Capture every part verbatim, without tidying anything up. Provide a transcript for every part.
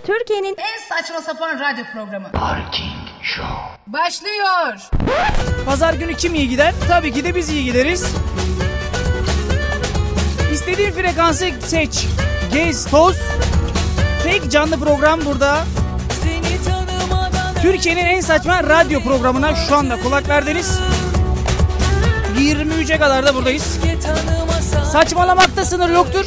Türkiye'nin en saçma sapan radyo programı Parking Show başlıyor. Pazar günü kim iyi gider? Tabii ki de biz iyi gideriz. İstediğin frekansı seç, gez, toz. Tek canlı program burada. Türkiye'nin en saçma radyo programına şu anda kulak verdiniz. yirmi üçe kadar da buradayız. Saçmalamakta sınır yoktur.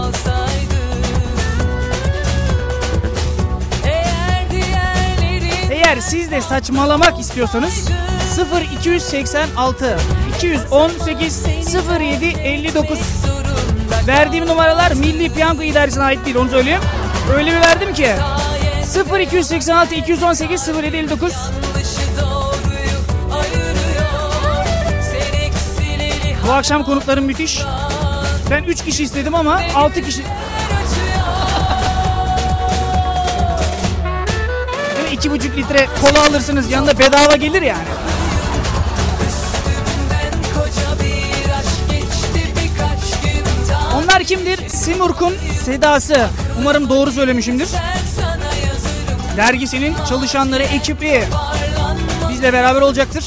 Eğer siz de saçmalamak istiyorsanız sıfır iki seksen altı iki on sekiz sıfır yedi elli dokuz verdiğim numaralar Milli Piyango İdaresi'ne ait değil, onu söyleyeyim. Öyle bir verdim ki sıfır iki seksen altı iki on sekiz sıfır yedi elli dokuz. Bu akşam konuklarım müthiş. Ben üç kişi istedim ama altı kişi. iki buçuk litre kola alırsınız, yanında bedava gelir yani. Onlar kimdir? Simurg'un Sedası. Umarım doğru söylemişimdir. Dergisinin çalışanları, ekibi bizle beraber olacaktır.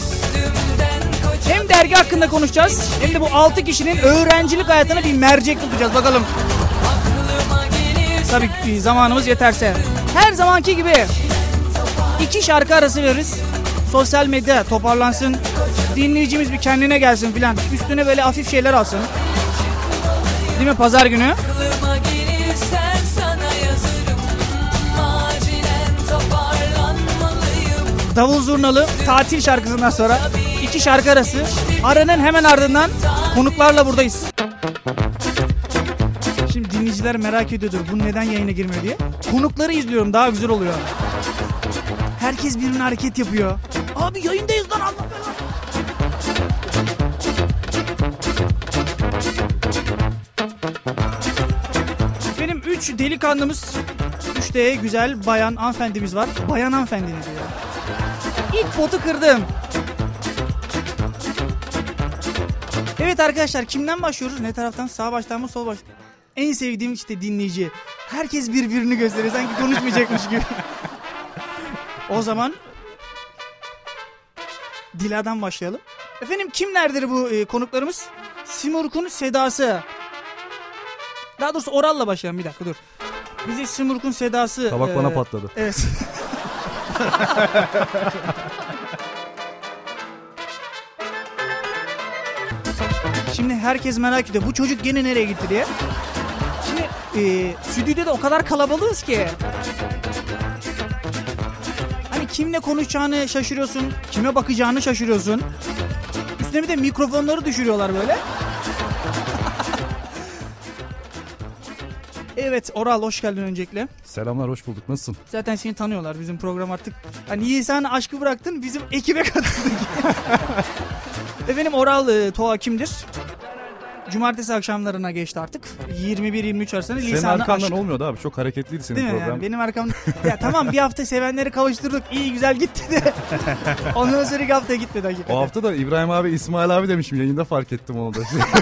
Hem dergi hakkında konuşacağız, hem de bu altı kişinin öğrencilik hayatına bir mercek tutacağız. Bakalım. Tabii zamanımız yeterse. Her zamanki gibi iki şarkı arası veririz. Sosyal medya toparlansın. Dinleyicimiz bir kendine gelsin filan. Üstüne böyle hafif şeyler alsın. Değil mi, pazar günü? Davul zurnalı tatil şarkısından sonra iki şarkı arası. Aranın hemen ardından konuklarla buradayız. Şimdi dinleyiciler merak ediyordur bu neden yayına girmiyor diye. Konukları izliyorum, daha güzel oluyor. Herkes birbirine hareket yapıyor. Abi yayındayız lan, Allah belanı. Benim üç delikanlımız, üç de güzel bayan hanımefendimiz var. Bayan hanımefendi diyor. İlk potu kırdım. Evet arkadaşlar, kimden başlıyoruz? Ne taraftan? Sağ baştan mı, sol baştan? En sevdiğim işte dinleyici. Herkes birbirini gösteriyor, sanki konuşmayacakmış gibi. O zaman Dila'dan başlayalım. Efendim, kimlerdir bu e, konuklarımız? Simurg'un Sedası. Daha doğrusu Oral'la başlayalım, bir dakika dur. Bize Simurg'un Sedası. Tabak e, bana patladı. Evet. Şimdi herkes merak ediyor. Bu çocuk gene nereye gitti diye. Şimdi e, stüdyoda da o kadar kalabalığız ki. Hani kimle konuşacağını şaşırıyorsun. Kime bakacağını şaşırıyorsun. Üstüne bir de mikrofonları düşürüyorlar böyle. Evet Oral, hoş geldin öncelikle. Selamlar, hoş bulduk. Nasılsın? Zaten seni tanıyorlar, bizim program artık. Hani iyi, sen aşkı bıraktın, bizim ekibe katıldın. Efendim, Oral e, Toğa kimdir? Cumartesi akşamlarına geçti artık. yirmi bir yirmi üç arasında lisanı aşk. Senin arkandan olmuyordu abi. Çok hareketliydi senin değil program. Yani benim arkamdan. Ya tamam, bir hafta sevenleri kavuşturduk. İyi güzel gitti de. Ondan sonraki hafta gitmedi hakikaten. O hafta da İbrahim abi, İsmail abi demişim. Yayında fark ettim onu da.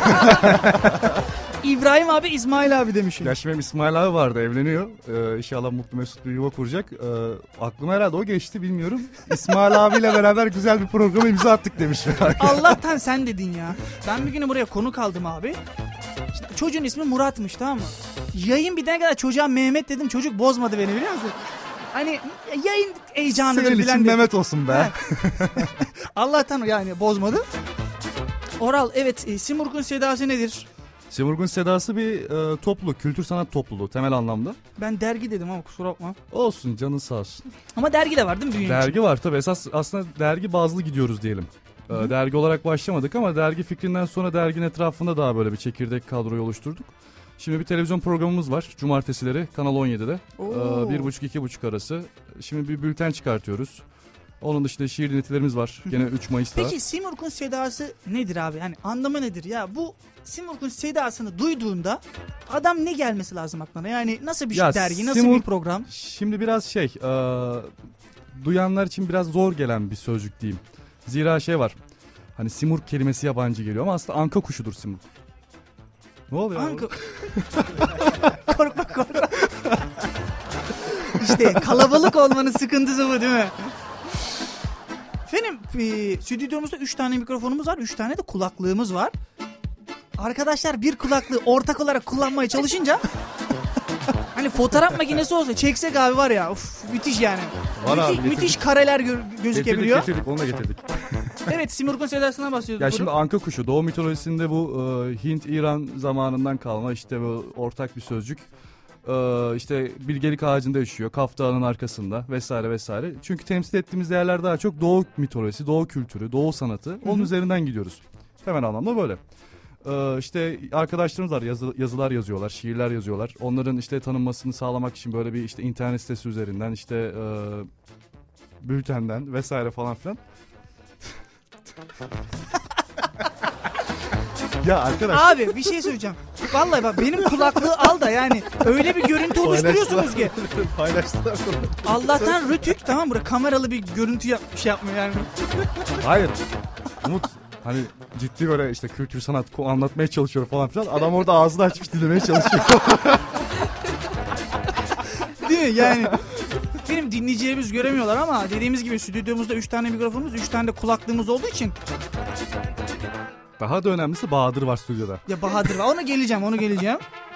İbrahim abi, İsmail abi demişim. Ya şimdi İsmail abi vardı, evleniyor. Ee, inşallah mutlu mesut bir yuva kuracak. Ee, aklıma herhalde o geçti, bilmiyorum. İsmail abiyle beraber güzel bir programa imza attık demişim. Allah'tan sen dedin ya. Ben bir gün buraya konuk aldım abi. İşte çocuğun ismi Murat'mış, tamam mı? Yayın bitene kadar çocuğa Mehmet dedim. Çocuk bozmadı beni, biliyor musun? Hani yayın heyecanıdır senin bilen için dedim. Mehmet olsun be. Allah'tan yani bozmadı. Oral, evet, e, Simurg'un Sedası nedir? Simurg'un Sedası bir e, topluluk, kültür sanat topluluğu temel anlamda. Ben dergi dedim ama kusura bakma. Olsun, canın sağ olsun. Ama dergi de var değil mi büyüğün Dergi için? var tabii. Esas aslında dergi bazlı gidiyoruz diyelim. Ee, dergi olarak başlamadık ama dergi fikrinden sonra derginin etrafında daha böyle bir çekirdek kadroyu oluşturduk. Şimdi bir televizyon programımız var. Cumartesileri Kanal on yedide. Ee, bir buçuk iki buçuk arası. Şimdi bir bülten çıkartıyoruz. Onun dışında şiir dinletilerimiz var. Gene üç Mayıs'ta. Peki Simurg'un Sedası nedir abi? Yani anlamı nedir? Ya bu Simurg'un Sedası'nı duyduğunda adam ne gelmesi lazım aklına? Yani nasıl bir Ya dergi, nasıl Simurg, bir program? Şimdi biraz şey, e, duyanlar için biraz zor gelen bir sözcük diyeyim. Zira şey var. Hani Simurg kelimesi yabancı geliyor ama aslında anka kuşudur Simurg. Ne oluyor? Anka... korkma korkma. İşte kalabalık olmanın sıkıntısı bu değil mi? Efendim e, stüdyomuzda üç tane mikrofonumuz var. üç tane de kulaklığımız var. Arkadaşlar bir kulaklığı ortak olarak kullanmaya çalışınca hani fotoğraf makinesi olsa çeksek abi var ya uf, müthiş yani. Var Müthi- abi, getirdik. müthiş kareler gö- gözükebiliyor. Getirdik getirdik onu da getirdik. Evet, Simurg'un sedasından bahsediyoruz. Ya Buyurun. şimdi anka kuşu Doğu mitolojisinde bu e, Hint-İran zamanından kalma işte bu ortak bir sözcük. E, işte bilgelik ağacında yaşıyor. Kaf Dağı'nın arkasında vesaire vesaire. Çünkü temsil ettiğimiz değerler daha çok Doğu mitolojisi, Doğu kültürü, Doğu sanatı. Onun Hı hı. üzerinden gidiyoruz. Temel anlamda böyle. Ee, işte arkadaşlarımız var, yazı, yazılar yazıyorlar, şiirler yazıyorlar. Onların işte tanınmasını sağlamak için böyle bir işte internet sitesi üzerinden işte e, bültenden vesaire falan filan. Ya arkadaş. Abi bir şey söyleyeceğim. Vallahi bak benim kulaklığı al da yani öyle bir görüntü oluşturuyorsunuz ki. Paylaştılar. Allah'tan Rütük tamam mı? Kameralı bir görüntü yap, şey yapmıyor yani. Hayır. Umut hani ciddi böyle işte kültür sanat ko- anlatmaya çalışıyor falan filan. Adam orada ağzını açmış dinlemeye çalışıyor. Değil mi? Yani benim dinleyicilerimiz göremiyorlar ama dediğimiz gibi stüdyomuzda üç tane mikrofonumuz, üç tane de kulaklığımız olduğu için. Daha da önemlisi Bahadır var stüdyoda. Ya Bahadır var. Ona geleceğim, onu geleceğim.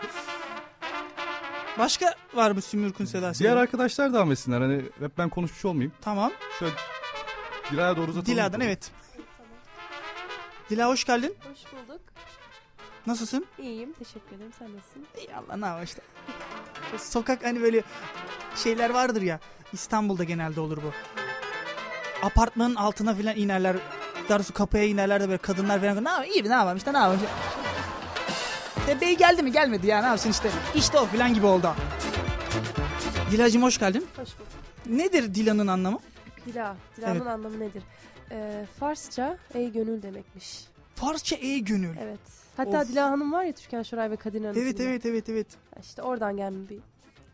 Başka var mı Simurg'un sedası? Diğer arkadaşlar devam etsinler. Hani hep ben konuşmuş olmayayım. Tamam. Şöyle Dila'ya doğru uzatalım. Dila'dan evet. Dila hoş geldin. Hoş bulduk. Nasılsın? İyiyim. Teşekkür ederim. Sen nasılsın? İyi Allah ne yapayım işte. Sokak hani böyle şeyler vardır ya. İstanbul'da genelde olur bu. Apartmanın altına filan inerler. Daha doğrusu kapıya inerler de böyle kadınlar falan. Ne yapayım? İyi mi? Ne yapayım işte ne yapayım? İşte bey geldi mi? Gelmedi ya. Ne yapsın işte. İşte o filan gibi oldu. Dilacığım hoş geldin. Hoş bulduk. Nedir Dila'nın anlamı? Dila. Dila'nın Evet. anlamı nedir? Ee, Farsça ey gönül demekmiş. Farsça ey gönül. Evet. Hatta Of. Dila Hanım var ya Türkan Şoray ve Kadir Hanım. Evet evet evet evet. İşte oradan gelme bir.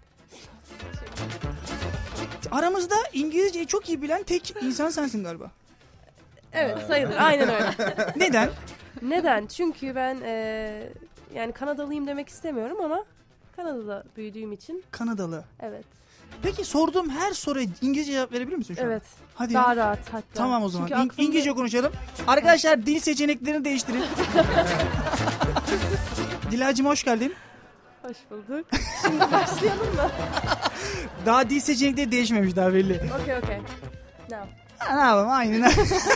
Aramızda İngilizceyi çok iyi bilen tek insan sensin galiba. Evet sayılır. Aynen öyle. Neden? Neden? Çünkü ben ee, yani Kanadalıyım demek istemiyorum ama Kanada'da büyüdüğüm için. Kanadalı. Evet. Peki sorduğum her soruya İngilizce cevap verebilir misin şu an? Evet. Hadi Daha ya. rahat hatta. Tamam o zaman. Çünkü İng- aklımda- İngilizce konuşalım. Arkadaşlar dil seçeneklerini değiştirin. Dilacığım hoş geldin. Hoş bulduk. Şimdi başlayalım mı? Daha dil seçenekleri değişmemiş daha belli. Okey okey. Ne yap? Ha, ne yapalım aynen.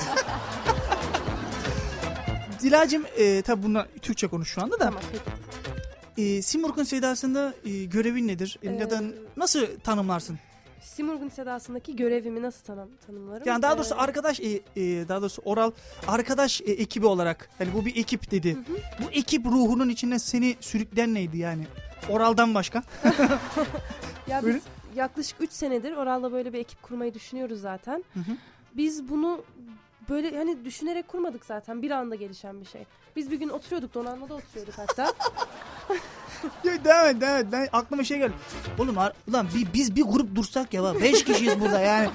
Dilacığım e, tabi bunlar Türkçe konuş şu anda da. Tamam peki. E, Simurg'un sedasında e, görevin nedir? E, ya da Ee, nasıl tanımlarsın? Simurg'un sedasındaki görevimi nasıl tanım tanımlarım? Yani daha doğrusu Ee, arkadaş e, e, daha doğrusu oral arkadaş e, ekibi olarak hani bu bir ekip dedi. Hı hı. Bu ekip ruhunun içine seni sürükleyen neydi yani? Oraldan başka? Ya Buyurun. biz yaklaşık üç senedir Oral'la böyle bir ekip kurmayı düşünüyoruz zaten. Hı hı. Biz bunu böyle hani düşünerek kurmadık zaten. Bir anda gelişen bir şey. Biz bir gün oturuyorduk, Donanma'da oturuyorduk hatta. Ya, devam et, devam et. Ben aklıma şey geldi. Oğlum ar- ulan bir, biz bir grup dursak ya bak. Beş kişiyiz burada yani.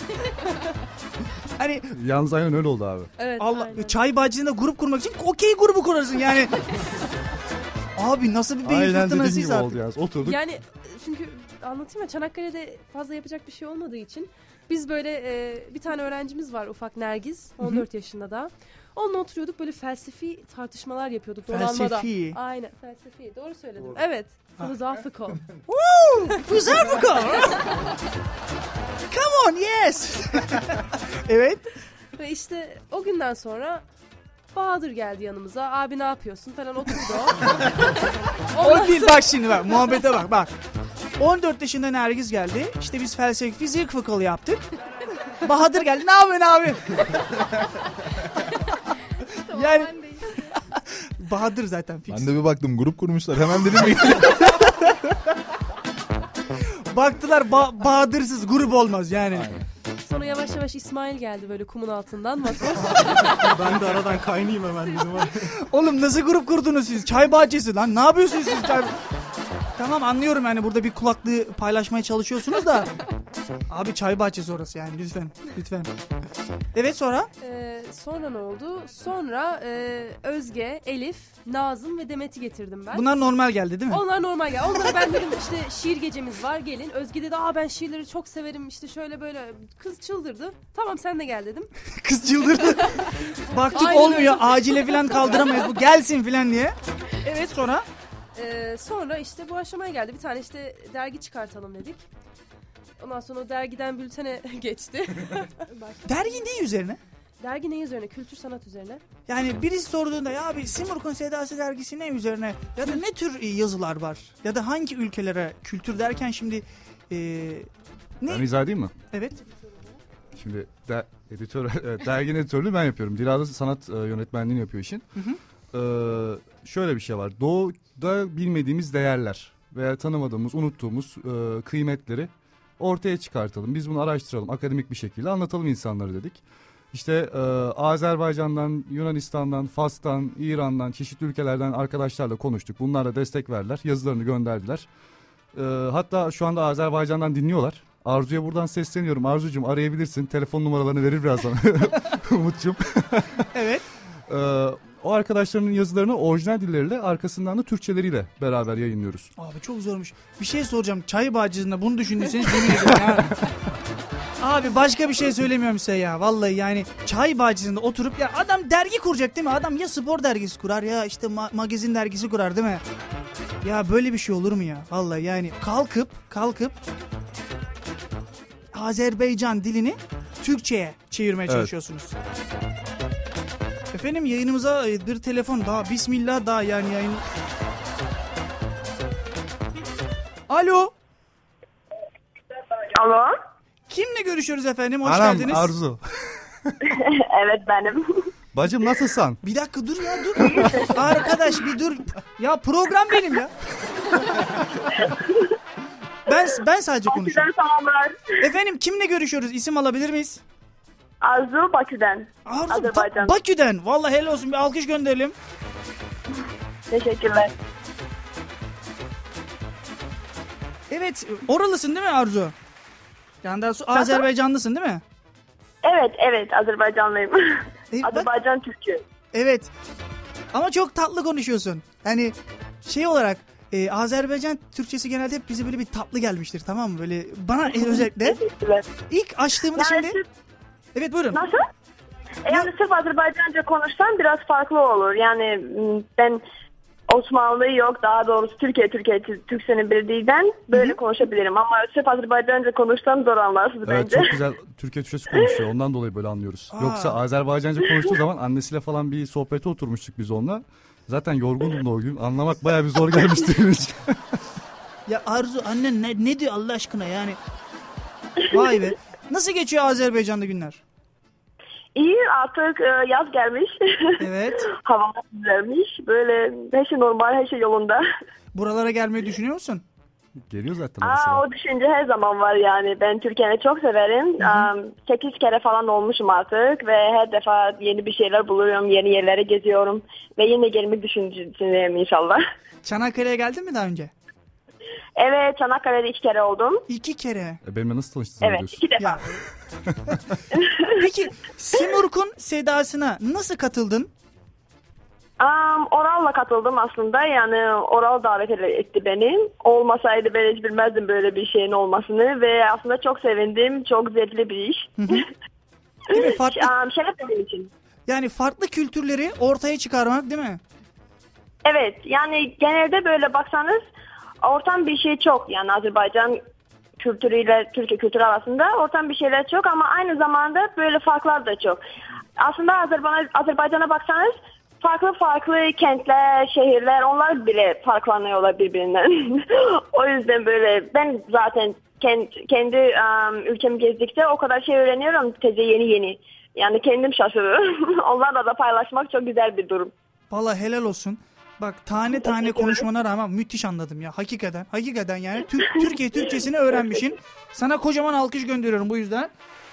Hani Yalnız aynen öyle oldu abi. Evet. Allah aynen. çay bahçesinde grup kurmak için okey grubu kurarsın yani. Abi nasıl bir beyin Aynen dediğin gibi fırtınasıysa oldu artık. yalnız. Oturduk. Yani çünkü anlatayım ya, Çanakkale'de fazla yapacak bir şey olmadığı için biz böyle e, bir tane öğrencimiz var ufak, Nergiz, on dört yaşında da. Onunla oturuyorduk, böyle felsefi tartışmalar yapıyorduk Donanma'da. Felsefi. Aynen felsefi, doğru söyledim. Evet. Philosophical. Güzel bu konu. Come on yes. Evet. Ve işte o günden sonra Bahadır geldi yanımıza. Abi ne yapıyorsun falan oturdu. O değil bak şimdi bak muhabbete bak bak. on dört yaşında Nergiz geldi. İşte biz felsefe fizik fıkıl yaptık. Bahadır geldi. Ne yapıyorsun abi? Yani Bahadır zaten fix. Ben de bir baktım grup kurmuşlar. Hemen dedim ki Baktılar ba- Bahadır'sız grup olmaz yani. Sonra yavaş yavaş İsmail geldi böyle kumun altından. Matros. Ben de aradan kaynayayım hemen dedim. Oğlum nasıl grup kurdunuz siz? Çay bahçesi lan. Ne yapıyorsunuz siz? Çay... Tamam anlıyorum yani burada bir kulaklığı paylaşmaya çalışıyorsunuz da. Abi çay bahçesi orası yani lütfen. Lütfen. Evet sonra? Ee, sonra ne oldu? Sonra e, Özge, Elif, Nazım ve Demet'i getirdim ben. Bunlar normal geldi değil mi? Onlar normal geldi. Onlara ben dedim işte şiir gecemiz var gelin. Özge dedi aa ben şiirleri çok severim işte şöyle böyle. Kız çıldırdı. Tamam sen de gel dedim. Kız çıldırdı. Baktık Aynen olmuyor. öyle. Acile falan kaldıramayız. Bu gelsin falan diye. Evet sonra? Ee, sonra işte bu aşamaya geldi. Bir tane işte dergi çıkartalım dedik. Ondan sonra o dergiden bültene geçti. Dergi ne üzerine? Dergi ne üzerine? Kültür sanat üzerine. Yani birisi sorduğunda ya abi Simurg'un Sedası dergisi ne üzerine? Ya da ne tür yazılar var? Ya da hangi ülkelere kültür derken şimdi e, ne? Ben izah edeyim mi? Evet. Şimdi de, editör, evet, derginin editörlüğü ben yapıyorum. Dilara sanat e, yönetmenliğini yapıyor işin. Hı hı. Ee, şöyle bir şey var. Doğuda bilmediğimiz değerler veya tanımadığımız, unuttuğumuz e, kıymetleri ortaya çıkartalım. Biz bunu araştıralım. Akademik bir şekilde anlatalım insanları dedik. İşte e, Azerbaycan'dan, Yunanistan'dan, Fas'tan, İran'dan, çeşitli ülkelerden arkadaşlarla konuştuk. Bunlar da destek verdiler. Yazılarını gönderdiler. E, hatta şu anda Azerbaycan'dan dinliyorlar. Arzu'ya buradan sesleniyorum. Arzucuğum arayabilirsin. Telefon numaralarını verir birazdan. Umut'cum. Evet. e, o arkadaşlarının yazılarını orijinal dilleriyle arkasından da Türkçeleriyle beraber yayınlıyoruz. Abi çok zormuş. Bir şey soracağım. Çay bağcısında bunu düşündüyseniz yemin ederim ya. Abi başka bir şey söylemiyorum size ya. Vallahi yani çay bahçesinde oturup ya adam dergi kuracak değil mi? Adam ya spor dergisi kurar ya işte ma- magazin dergisi kurar değil mi? Ya böyle bir şey olur mu ya? Vallahi yani kalkıp kalkıp Azerbaycan dilini Türkçe'ye çevirmeye Evet. çalışıyorsunuz. Efendim yayınımıza bir telefon daha bismillah daha yani yayın. Alo. Alo. Kimle görüşüyoruz efendim? Hoş Anam geldiniz. Arzu. Evet benim. Bacım nasılsın? Bir dakika dur ya dur. Arkadaş bir dur. Ya program benim ya. Ben ben sadece konuşuyorum. Bakü'den selamlar. Efendim kimle görüşüyoruz? İsim alabilir miyiz? Arzu Bakü'den. Arzu Azerbaycan. Ba- Bakü'den. Vallahi helal olsun bir alkış gönderelim. Teşekkürler. Evet oralısın değil mi Arzu? Yani daha sonra Azerbaycanlısın değil mi? Evet evet Azerbaycanlıyım. E, bak- Azerbaycan Türk'ü. Evet. Ama çok tatlı konuşuyorsun. Hani şey olarak e, Azerbaycan Türkçesi genelde hep bize böyle bir tatlı gelmiştir tamam mı? Böyle bana e, özellikle Teşekkürler. ilk açtığımda Yani şimdi... siz Evet buyurun. nasıl? E, Yani sırf Azerbaycanca konuşsam biraz farklı olur. Yani m, ben Osmanlı yok daha doğrusu Türkiye Türkiye Türkçe'nin bildiğinden böyle Hı-hı. konuşabilirim. Ama sırf Azerbaycanca konuşsam zor anlarsınız Evet bence. çok güzel Türkiye Türkçesi konuşuyor. Ondan dolayı böyle anlıyoruz. Aa. Yoksa Azerbaycanca konuştuğu zaman annesiyle falan bir sohbete oturmuştuk biz onunla. Zaten yorgundum da o gün. Anlamak bayağı bir zor gelmişti benim için. Ya Arzu annen ne, ne diyor Allah aşkına yani? Vay be. Nasıl geçiyor Azerbaycan'da günler? İyi artık e, yaz gelmiş. Evet. Hava güzelmiş. Böyle her şey normal, her şey yolunda. Buralara gelmeyi düşünüyor musun? Geliyor zaten arası. Aa, o düşünce her zaman var yani. Ben Türkiye'yi çok severim. Um, sekiz kere falan olmuşum artık ve her defa yeni bir şeyler buluyorum, yeni yerlere geziyorum ve yine gelmek düşünüyorum inşallah. Çanakkale'ye geldin mi daha önce? Evet, Çanakkale'de iki kere oldum. İki kere. E, benimle nasıl tanıştın Evet, zannediyorsun? iki defa. Ya. Peki Simurg'un Sedası'na nasıl katıldın? Um, Oral'la katıldım aslında. Yani Oral davet etti beni. Olmasaydı ben hiç bilmezdim böyle bir şeyin olmasını ve aslında çok sevindim. Çok zevkli bir iş. Değil mi? Farklı, um, şeref benim için. yani farklı kültürleri ortaya çıkarmak değil mi? Evet, yani genelde böyle baksanız ortam bir şey çok. Yani Azerbaycan kültürüyle Türkiye kültürü arasında ortam bir şeyler çok ama aynı zamanda böyle farklar da çok. Aslında Azerbaycan, Azerbaycan'a baksanız farklı farklı kentler, şehirler onlar bile farklanıyorlar birbirinden. O yüzden böyle ben zaten kendi, kendi um, ülkemi gezdikçe o kadar şey öğreniyorum teze yeni yeni. Yani kendim şaşırıyorum. Onlarla da paylaşmak çok güzel bir durum. Vallahi helal olsun. Bak tane tane konuşmana rağmen müthiş anladım ya. Hakikaten. Hakikaten yani Tür- Türkiye Türkçesini öğrenmişsin. Sana kocaman alkış gönderiyorum bu yüzden.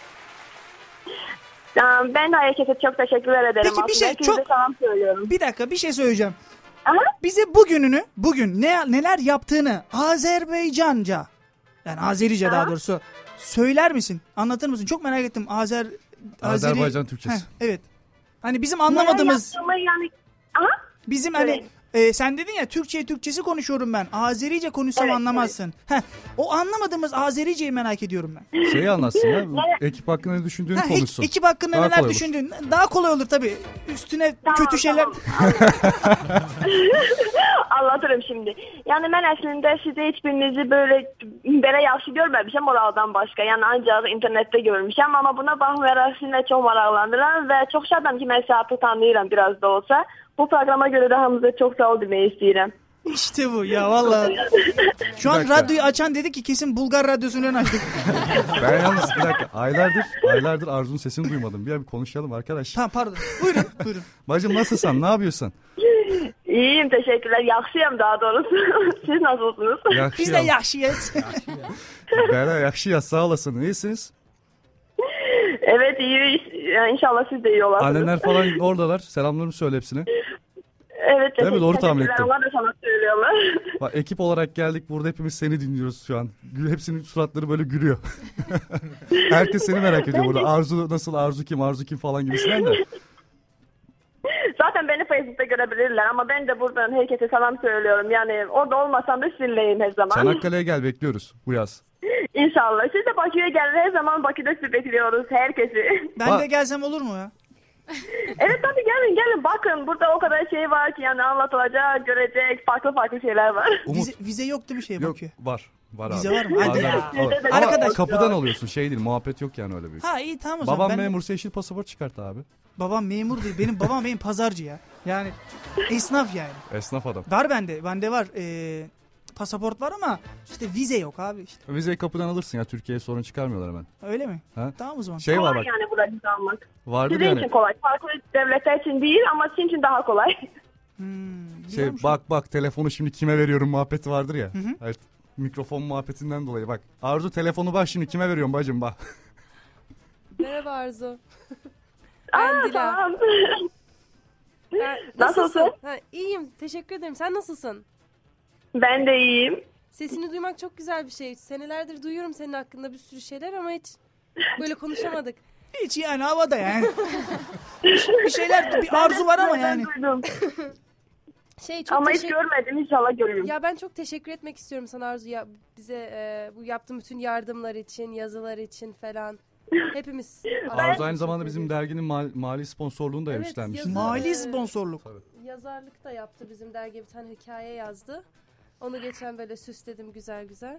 Um, ben de herkese çok teşekkürler ederim. Peki, bir aslında. şey Hepinize çok- selam söylüyorum. Bir dakika bir şey söyleyeceğim. Aha. Bize bugününü, bugün ne neler yaptığını Azerbaycanca, yani Azerice Aha. daha doğrusu söyler misin? Anlatır mısın? Çok merak ettim. Azer Azeri- Azerbaycan Türkçesi. Heh, evet. Hani bizim anlamadığımız... Neler yaptığımı yani... Aha. Bizim hani Evet. e, sen dedin ya Türkçe Türkçesi konuşuyorum ben. Azerice konuşsam Evet, anlamazsın. Heh, o anlamadığımız Azerice'yi merak ediyorum ben. Şeyi anlatsın ya. Ekip hakkında ne düşündüğünü Ha, ek- konuşsun. ekip hakkında Daha neler kolay olur. düşündüğün daha kolay olur tabii. Üstüne Tamam, kötü şeyler. tamam. Anlatırım şimdi. Yani ben aslında size hiçbirinizi böyle böyle yaxşı görmemişim oradan başka. Yani ancak internette görmüşüm ama buna bakmayarak sizinle çok meraklandılar ve çok şadım ki ben sizi tanıyıram biraz da olsa. Bu programa göre de hamıza çok sağ ol demeyi istedim. İşte bu ya vallahi. Şu an Bir dakika. radyoyu açan dedi ki kesin Bulgar radyosundan açtık. Ben yalnız bir dakika. Aylardır, aylardır Arzu'nun sesini duymadım. Bir, bir konuşalım arkadaş. Tamam pardon. Buyurun buyurun. Bacım nasılsın? Ne yapıyorsun? İyiyim teşekkürler. Yaxşıyım daha doğrusu. Siz nasılsınız? Yakşı Biz de ya. yaşlıyız. Bela yakşı ya sağ olasın. İyisiniz? Evet iyiyiz. Yani İnşallah siz de iyi olasınız. Annenler falan oradalar. Selamlarımı söyle hepsine. Evet Değil mi? Doğru tahmin teşekkürler. ettim. Onlar da sana söylüyorlar. Bak ekip olarak geldik. Burada hepimiz seni dinliyoruz şu an. Gül- Hepsinin suratları böyle gülüyor. Herkes seni merak ediyor burada. Arzu nasıl? Arzu kim? Arzu kim falan gibisinden de. Zaten beni Facebook'ta görebilirler ama ben de buradan herkese selam söylüyorum. Yani orada olmasam da sizinleyim her zaman. Çanakkale'ye gel bekliyoruz bu yaz. İnşallah. Siz de Bakü'ye gelin. Her zaman Bakü'de sizi bekliyoruz. Herkesi. Ben de gelsem olur mu ya? Evet tabii gelin gelin. Bakın burada o kadar şey var ki yani anlatılacak, görecek farklı farklı şeyler var. Umut. Vize, vize yok değil mi şey Yok bakıyor? var. Var Vize abi. var mı? Hadi Bazen- ya. Ama- Bizde de ama Arkadaş- kapıdan alıyorsun şey değil muhabbet yok yani öyle büyük. Ha iyi tamam o zaman. Babam Ben de- memursa yeşil pasaport çıkart abi. Babam memur değil. Benim babam benim pazarcı ya. Yani esnaf yani. Esnaf adam. Var bende. Bende var. Ee, pasaport var ama işte vize yok abi işte. Vizeyi kapıdan alırsın ya Türkiye'ye sorun çıkarmıyorlar hemen. Öyle mi? Ha? Tamam o zaman. Şey var Kolay bak yani burada vize almak. vardır Sizin yani için kolay. Farklı devletler için değil ama sizin için daha kolay. Hmm, şey güzelmiş. bak bak telefonu şimdi kime veriyorum muhabbeti vardır ya. Evet, mikrofon muhabbetinden dolayı bak. Arzu telefonu bak şimdi kime veriyorum bacım bak. Merhaba Arzu. Aa, Ben Dila. tamam. Ben- Nasılsın? Ha, iyiyim. Teşekkür ederim. Sen nasılsın? Ben de iyiyim. Sesini duymak çok güzel bir şey. Senelerdir duyuyorum senin hakkında bir sürü şeyler ama hiç böyle konuşamadık. Hiç yani havada yani. bir şeyler bir arzu var ama Ben yani. duydum. Şey çok Ama hiç teşekkür... görmedim. İnşallah görürüm. Ya ben çok teşekkür etmek istiyorum sana Arzu ya bize e, bu yaptığın bütün yardımlar için, yazılar için falan. Hepimiz. Arzu aynı zamanda bizim derginin mal- mali sponsorluğunu da Evet, üstlenmiş. yazı- Mali Ee, sponsorluk. Yazarlık da yaptı bizim dergiye, bir tane hikaye yazdı. Onu geçen böyle süsledim güzel güzel.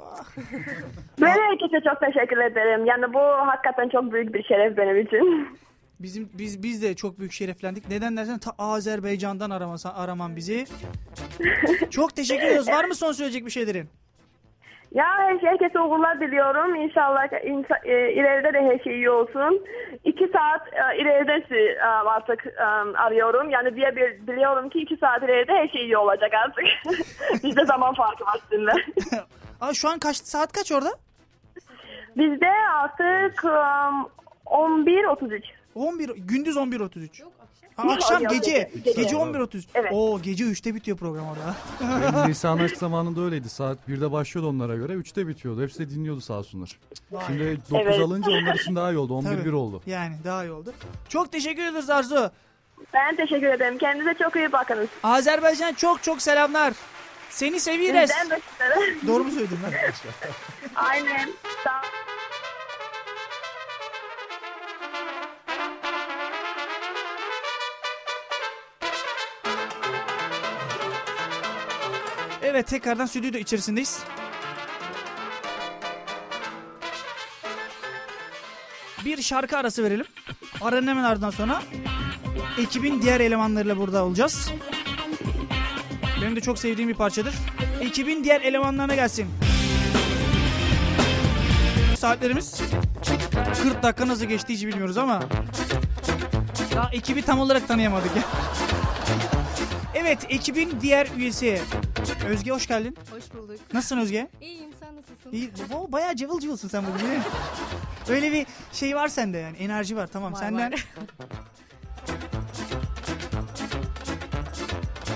Ben herkese çok teşekkür ederim. Yani bu hakikaten çok büyük bir şeref benim için. Bizim biz biz de çok büyük şereflendik. Neden dersen ta Azerbaycan'dan aramasa araman bizi. Çok teşekkür ediyoruz. Var mı son söyleyecek bir şeylerin? Ya her- herkese uğurlar diliyorum. İnşallah insa- e, ileride de her şey iyi olsun. İki saat e, ileride sizi e, artık e, arıyorum. Yani diye bir biliyorum ki iki saat ileride her şey iyi olacak artık. Bizde zaman farkı var sizinle. Aa, şu an kaç saat kaç orada? Bizde artık um, on bir otuz üç. on bir gündüz on bir otuz üç. Ha, Yok, akşam yok, gece. gece. Gece on bir otuz üç. Evet. Oo gece üçte bitiyor program orada. Benim lisan aşk zamanında öyleydi. Saat birde başlıyordu onlara göre. üçte bitiyordu. Hepsi de dinliyordu sağ olsunlar. Şimdi dokuz Evet. alınca onlar için daha iyi oldu. on bir Tabii. bir oldu. Yani daha iyi oldu. Çok teşekkür ederiz Arzu. Ben teşekkür ederim. Kendinize çok iyi bakınız. Azerbaycan'a çok çok selamlar. Seni seviyoruz. Sizden de sizlere. Doğru mu söyledim ben? Aynen. Sağ Evet tekrardan stüdyo içerisindeyiz. Bir şarkı arası verelim. Aranın hemen ardından sonra ekibin diğer elemanlarıyla burada olacağız. Benim de çok sevdiğim bir parçadır. Ekibin diğer elemanlarına gelsin. Saatlerimiz kırk dakika nasıl geçti hiç bilmiyoruz ama daha ekibi tam olarak tanıyamadık ya. Evet ekibin diğer üyesi Özge hoş geldin. Hoş bulduk. Nasılsın Özge? İyiyim, sen nasılsın? İyi, o bayağı cıvıl cıvılsın sen bugün. değil mi? Öyle bir şey var sende yani enerji var tamam Var, senden. var.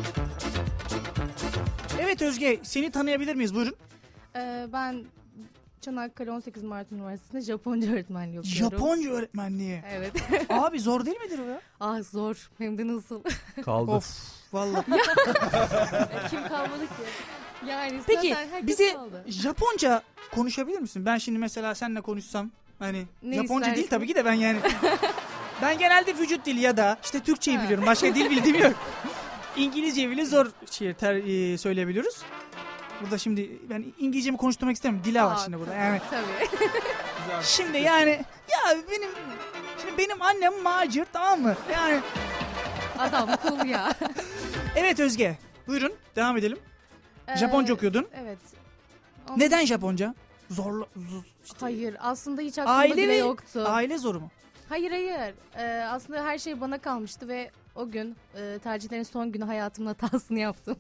Evet Özge seni tanıyabilir miyiz buyurun. Ee, ben Çanakkale on sekiz Mart Üniversitesi'nde Japonca öğretmenliği yapıyorum. Japonca öğretmenliği. Evet. Abi zor değil midir o ya? Ah zor. Hem de nasıl? Kaldı. Of vallahi. Kim kalmadı ki? Yani Peki zaten herkes bize kaldı. Japonca konuşabilir misin? Ben şimdi mesela seninle konuşsam hani Ne Japonca istersin? değil tabii ki de ben yani ben genelde vücut dili ya da işte Türkçeyi Ha. biliyorum. Başka dil bildiğim yok. İngilizce bile zor şey ter, e, söyleyebiliyoruz. Burada şimdi ben İngilizcemi konuşturmak istemiyorum. Dila var Aa, şimdi burada. Yani Tabii. şimdi yani ya benim şimdi benim annem macir, tamam mı? Yani Adam cool ya. evet Özge. Buyurun devam edelim. Japonca Ee, okuyordun. Evet. Ama- Neden Japonca? Zorla zor, işte Hayır aslında hiç aklımda aile bile ve yoktu. aile zoru mu? Hayır hayır. Ee, aslında her şey bana kalmıştı ve o gün e, tercihlerin son günü hayatımın hatasını yaptım.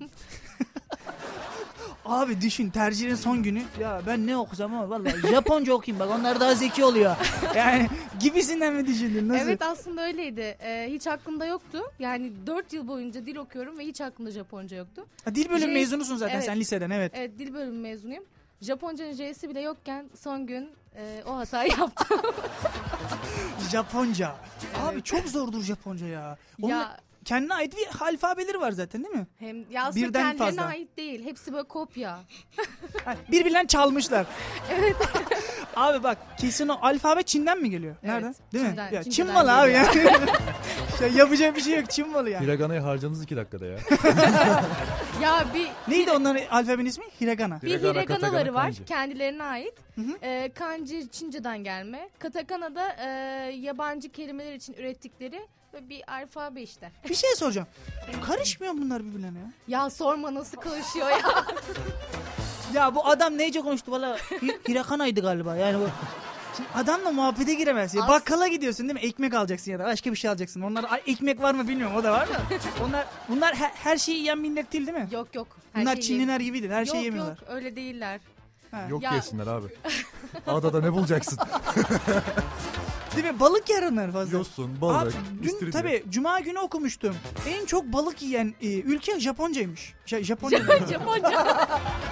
Abi düşün tercihin son günü. Ya ben ne okusam ama vallahi Japonca okuyayım bak, onlar daha zeki oluyor. Yani gibisinden mi düşündün? Nasıl? Evet aslında öyleydi. Ee, hiç aklımda yoktu. Yani dört yıl boyunca dil okuyorum ve hiç aklımda Japonca yoktu. Ha, dil bölümü J- mezunusun zaten Evet. sen liseden, evet. Evet dil bölümü mezunuyum. Japonca'nın J'si bile yokken son gün e, o hatayı yaptım. Japonca. Abi Evet. çok zordur Japonca ya. Onun ya kendine ait bir alfabeleri var zaten değil mi? hem ya aslında Birden kendilerine fazla. ait değil. Hepsi böyle kopya. Ha, birbirinden çalmışlar. Evet. Abi bak kesin o alfabe Çin'den mi geliyor? Evet, Nereden? Değil mi? Çin'den- Ya, Çin Çin'den malı abi geliyor. yani. Şey, yapacak bir şey yok, Çin malı yani. Hiragana'yı harcadınız iki dakikada ya. Ya bir Neydi onların alfabenin ismi? Hiragana. bir Hiragana, hiraganaları katakana, var kanji. kendilerine ait. Hı hı. Ee, kanji Çince'den gelme. Katakana da e, yabancı kelimeler için ürettikleri böyle bir alfabe işte. Bir şey soracağım. Karışmıyor mu bunlar birbirlerine ya? Ya sorma nasıl karışıyor ya. Ya bu adam neyce konuştu valla, Hi- Hirakana'ydı galiba yani bu. Şimdi adamla muhabbete giremezsin. As- Bakkala gidiyorsun değil mi? Ekmek alacaksın ya da başka bir şey alacaksın. Onlar ay, ekmek var mı bilmiyorum, o da var da. Onlar bunlar he- her şeyi yiyen millet değil değil mi? Yok yok. her Bunlar şeyi Çinliler gibi değil. Her yok, şeyi yemiyorlar. Yok öyle değiller. Ha. Yok Ya- yesinler abi. Adada ne bulacaksın? Değil mi? Balık yer onlar fazla. Yosun, balık, Abi, dün istiridye. tabii cuma günü okumuştum. En çok balık yiyen e, ülke Japoncaymış. Ja- Japonya. Japonca.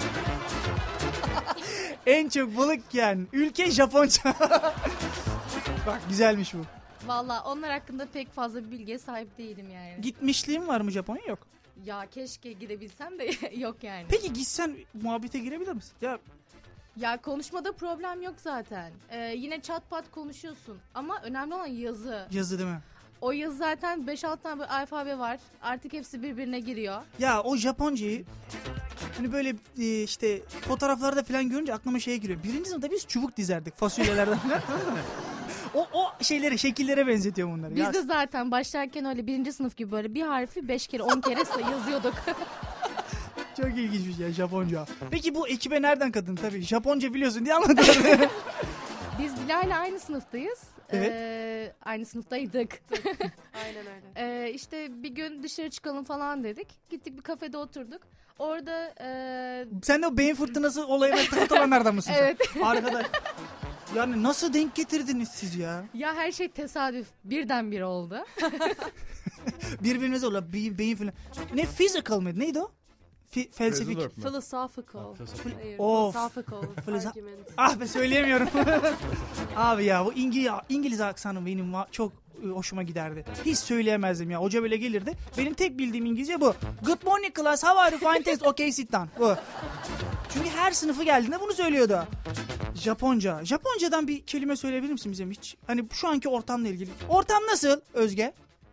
En çok balık yiyen ülke Japonca. Bak güzelmiş bu. Valla onlar hakkında pek fazla bir bilgiye sahip değilim yani. Gitmişliğin var mı Japonya? Yok. Ya keşke gidebilsem de yok yani. Peki gitsen muhabbete girebilir misin? Ya Ya konuşmada problem yok zaten. Ee, yine çat pat konuşuyorsun. Ama önemli olan yazı. yazı değil mi? O yazı zaten beş altı tane böyle alfabe var. Artık hepsi birbirine giriyor. Ya o Japoncayı hani böyle e, işte fotoğraflarda falan görünce aklıma şey giriyor. Birinci sınıfta biz çubuk dizerdik fasulyelerden falan. o, o şeylere, şekillere benzetiyor bunları. Biz Ya, de zaten başlarken öyle birinci sınıf gibi böyle bir harfi beş kere on kere say- yazıyorduk. çok ilginçmiş ya Japonca. Peki bu ekibe nereden katıldın? Tabii Japonca biliyorsun diye anlatıyorum. Biz Dilay'la aynı sınıftayız. Evet. Ee, aynı sınıftaydık. Aynen öyle. Ee, işte bir gün dışarı çıkalım falan dedik. Gittik bir kafede oturduk. Orada e, Sen de o beyin fırtınası olayına katılanlardan mısın sen? evet. Arkadaş. Yani nasıl denk getirdiniz siz ya? Ya her şey tesadüf birdenbire oldu. Birbirinize ola beyin, beyin falan. Ne physical mıydı? Neydi o? Fi- felsefik. Verb mi? Philosophical. Hayır, Of. philosophical Philosoph- argument. Ah be söyleyemiyorum. Abi ya bu İngiliz, İngiliz aksanı benim va- çok e, hoşuma giderdi. Hiç söyleyemezdim ya. Hoca böyle gelirdi. Benim tek bildiğim İngilizce bu. Good morning class. How are you? Fine thanks. Okay sit down. Bu. Çünkü her sınıfı geldiğinde bunu söylüyordu. Japonca. Japoncadan bir kelime söyleyebilir misin bize hiç? Hani şu anki ortamla ilgili. Ortam nasıl Özge?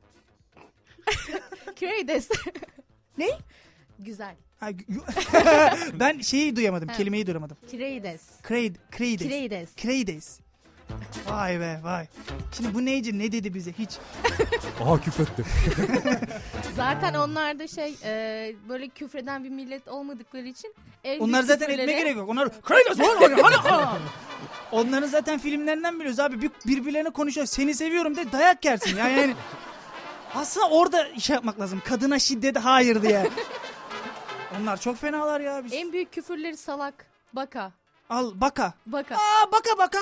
Kreides. Ne? Güzel. Ha, yu- ben şeyi duyamadım. Ha. Kelimeyi duyamadım. Kreides. Kreid, Kreides. Kreides. Kreides. Vay be vay. Şimdi bu neyci ne dedi bize hiç? Aha küfretti. Zaten onlar da şey e, böyle küfreden bir millet olmadıkları için en Onlar büyük zaten küfürleri- etme gerek yok. Onlar Kreides var var hani ha. Onların zaten filmlerinden biliyoruz abi. Bir- Birbirlerine konuşuyor. Seni seviyorum de dayak yersin ya yani. Aslında orada şey yapmak lazım. Kadına şiddet hayır diye. Onlar çok fenalar ya. Biz... En büyük küfürleri salak. Baka. Al baka. Baka. Aa baka baka.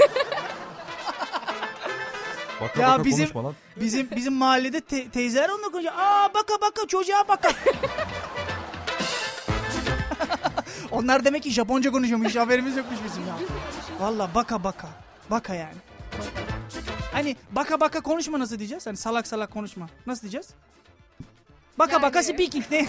Baka Ya baka bizim- konuşma lan. Bizim bizim mahallede te- teyzeler onunla konuşuyor. Aa baka baka çocuğa baka. Onlar demek ki Japonca konuşuyormuş. Haberimiz yokmuş bizim ya. Valla baka baka. Baka yani. Hani baka baka konuşma nasıl diyeceğiz? Hani salak salak konuşma. Nasıl diyeceğiz? Baka Yani- baka speaking ne?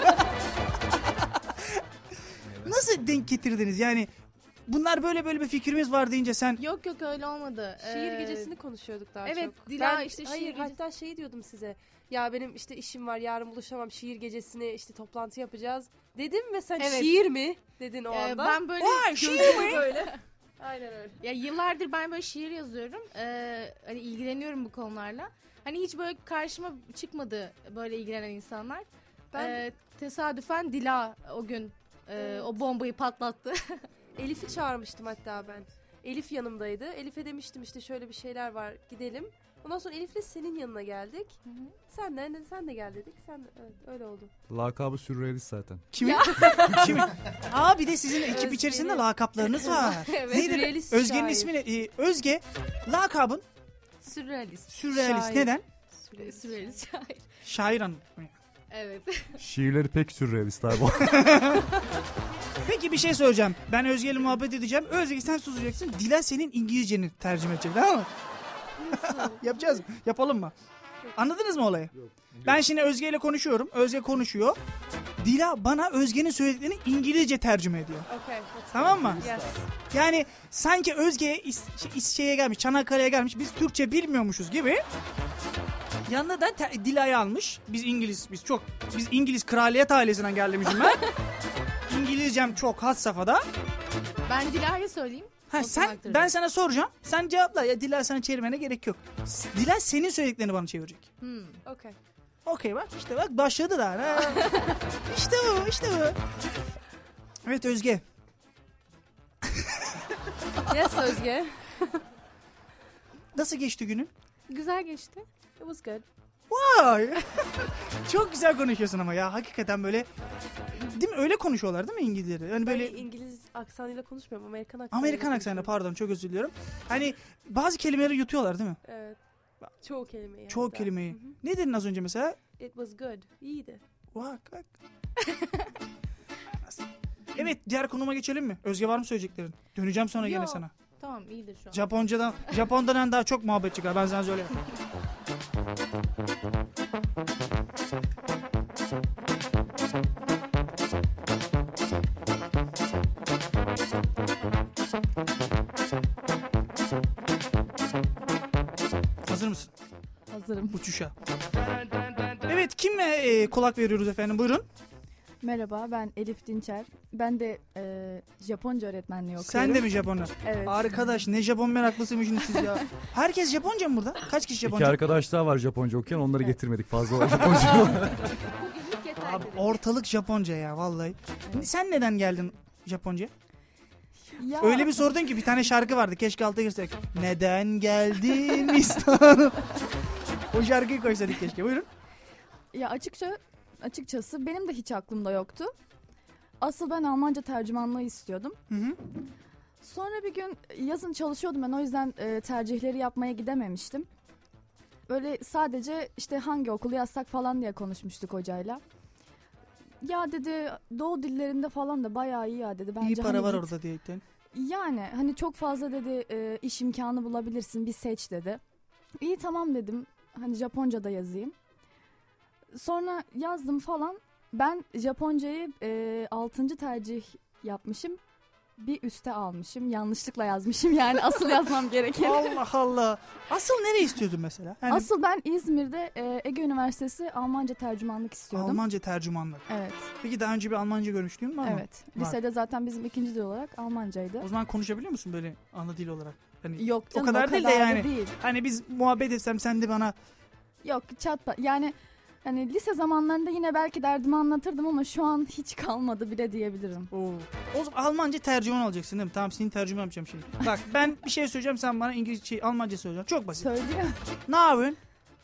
Nasıl denk getirdiniz? Yani bunlar böyle böyle bir fikrimiz var deyince sen... Yok yok öyle olmadı. Şiir Ee, gecesini konuşuyorduk daha evet, çok. Dila Ben- işte şiir hayır, gece- hatta şey diyordum size. Ya benim işte işim var, yarın buluşamam, şiir gecesini işte toplantı yapacağız dedim ve sen Evet. şiir mi dedin o Ee, anda. ben böyle Vay, şiir Gözlerim böyle. Aynen öyle. ya yıllardır ben böyle şiir yazıyorum. Ee, hani ilgileniyorum bu konularla. Hani hiç böyle karşıma çıkmadı böyle ilgilenen insanlar. Ben Ee, tesadüfen Dila o gün e, Evet. o bombayı patlattı. Elif'i çağırmıştım hatta ben. Elif yanımdaydı. Elif'e demiştim işte şöyle bir şeyler var, gidelim. Ondan sonra Elif'le senin yanına geldik. Sen de sen de gel dedik. Sen de, evet, öyle oldu. Lakabı sürrealist zaten. Kimi? Kimi? Aa bir de sizin ekip Özge'nin- içerisinde lakaplarınız var. Evet. Nedir? Sürrealist Özge'nin şair. ismi ne? Ee, Özge lakabın Sürrealist. sürrealist. Şair. Neden? Sürrealist şair. Şair hanım. Evet. Şiirleri pek sürrealist abi. Peki bir şey söyleyeceğim. Ben Özge ile muhabbet edeceğim. Özge sen susacaksın. Dila senin İngilizceni tercüme edecek, tamam mı? Yapacağız mı? Yapalım mı? Anladınız mı olayı? Ben şimdi Özge ile konuşuyorum. Özge konuşuyor. Dila bana Özge'nin söylediklerini İngilizce tercüme ediyor. Okay. Tamam mı? Yes. Yani sanki Özge İs- İske'ye gelmiş, Çanakkale'ye gelmiş. Biz Türkçe bilmiyormuşuz gibi. Yanında da te- Dila'yı almış. Biz İngiliz, biz çok, biz İngiliz kraliyet ailesinden gelmişim ben. İngilizcem çok has safhada. Ben Dila'ya söyleyeyim. Ha, O sen, aktaracak. ben sana soracağım. Sen cevapla. Ya Dila sana çevirmene gerek yok. S- Dila senin söylediklerini bana çevirecek. Hmm. Okay. Okey bak işte bak başladı da. Ha. İşte bu işte bu. Evet Özge. Yes Özge. Nasıl geçti günün? Güzel geçti. It was good. Vay. Çok güzel konuşuyorsun ama ya hakikaten böyle. Değil mi? Öyle konuşuyorlar değil mi İngilizleri? Yani Böyle böyle İngiliz aksanıyla konuşmuyorum. Amerikan aksanıyla Amerikan aksanıyla, konuşuyorum. pardon çok özür diliyorum. Hani bazı kelimeleri yutuyorlar değil mi? Evet. Çoğu kelimeyi. Çoğu hatta. kelimeyi. Hı hı. Ne dedin az önce mesela? It was good. İyiydi. Bak bak. Evet diğer konuma geçelim mi? Özge var mı söyleyeceklerin? Döneceğim sonra gene Yok. sana. Tamam iyidir şu an. Japoncadan, Japon'dan daha çok muhabbet çıkar ben sana söyleyeyim. Hazır mısın Hazırım. uçuşa? Evet kimle e, kulak veriyoruz efendim buyurun. Merhaba, ben Elif Dinçer. Ben de e, Japonca öğretmenliği okuyorum. Sen de mi Japonlar? Evet. Arkadaş ne Japon meraklısıymışsınız siz ya. Herkes Japonca mı burada? Kaç kişi İki Japonca? arkadaş daha var Japonca okuyan, onları getirmedik fazla olan Japonca. Bugünlük yeter Abi dedim. ortalık Japonca ya vallahi. Sen neden geldin Japonca? Ya, Öyle bir sordun ki bir tane şarkı vardı. Keşke alta girsek. Neden geldin İstanbul? O şarkıyı koysaydık keşke. Buyurun. ya açıkça açıkçası benim de hiç aklımda yoktu. Asıl ben Almanca tercümanlığı istiyordum. Hı hı. Sonra bir gün yazın çalışıyordum ben, o yüzden e, tercihleri yapmaya gidememiştim. Böyle sadece işte hangi okulu yazsak falan diye konuşmuştuk hocayla. Ya dedi Doğu dillerinde falan da bayağı iyi ya dedi. Bence İyi para hani var git. orada diyetten. Yani hani çok fazla dedi e, iş imkanı bulabilirsin, bir seç dedi. İyi tamam dedim, hani Japonca da yazayım. Sonra yazdım falan. Ben Japoncayı e, altıncı tercih yapmışım. Bir üste almışım. Yanlışlıkla yazmışım yani asıl yazmam gereken. Allah Allah. Asıl nereye istiyordun mesela? Hani Asıl ben İzmir'de e, Ege Üniversitesi Almanca tercümanlık istiyordum. Almanca tercümanlık. Evet, Peki daha önce bir Almanca görmüşlüğün var mı? evet. Var. Lisede zaten bizim ikinci dil olarak Almancaydı. O zaman konuşabiliyor musun böyle ana dil olarak? Hani Yok canım, kadar değil de yani. da değil. Hani biz muhabbet etsem sen de bana Yok çatpa yani hani lise zamanlarında yine belki derdimi anlatırdım ama şu an hiç kalmadı bile diyebilirim. Oo. O zaman Almanca tercüman alacaksın değil mi? Tamam senin tercüman yapacağım şimdi. Bak ben bir şey söyleyeceğim sen bana İngilizce, şey, Almanca söyleyeceksin. Çok basit. Söylüyor. Ne yapıyorsun?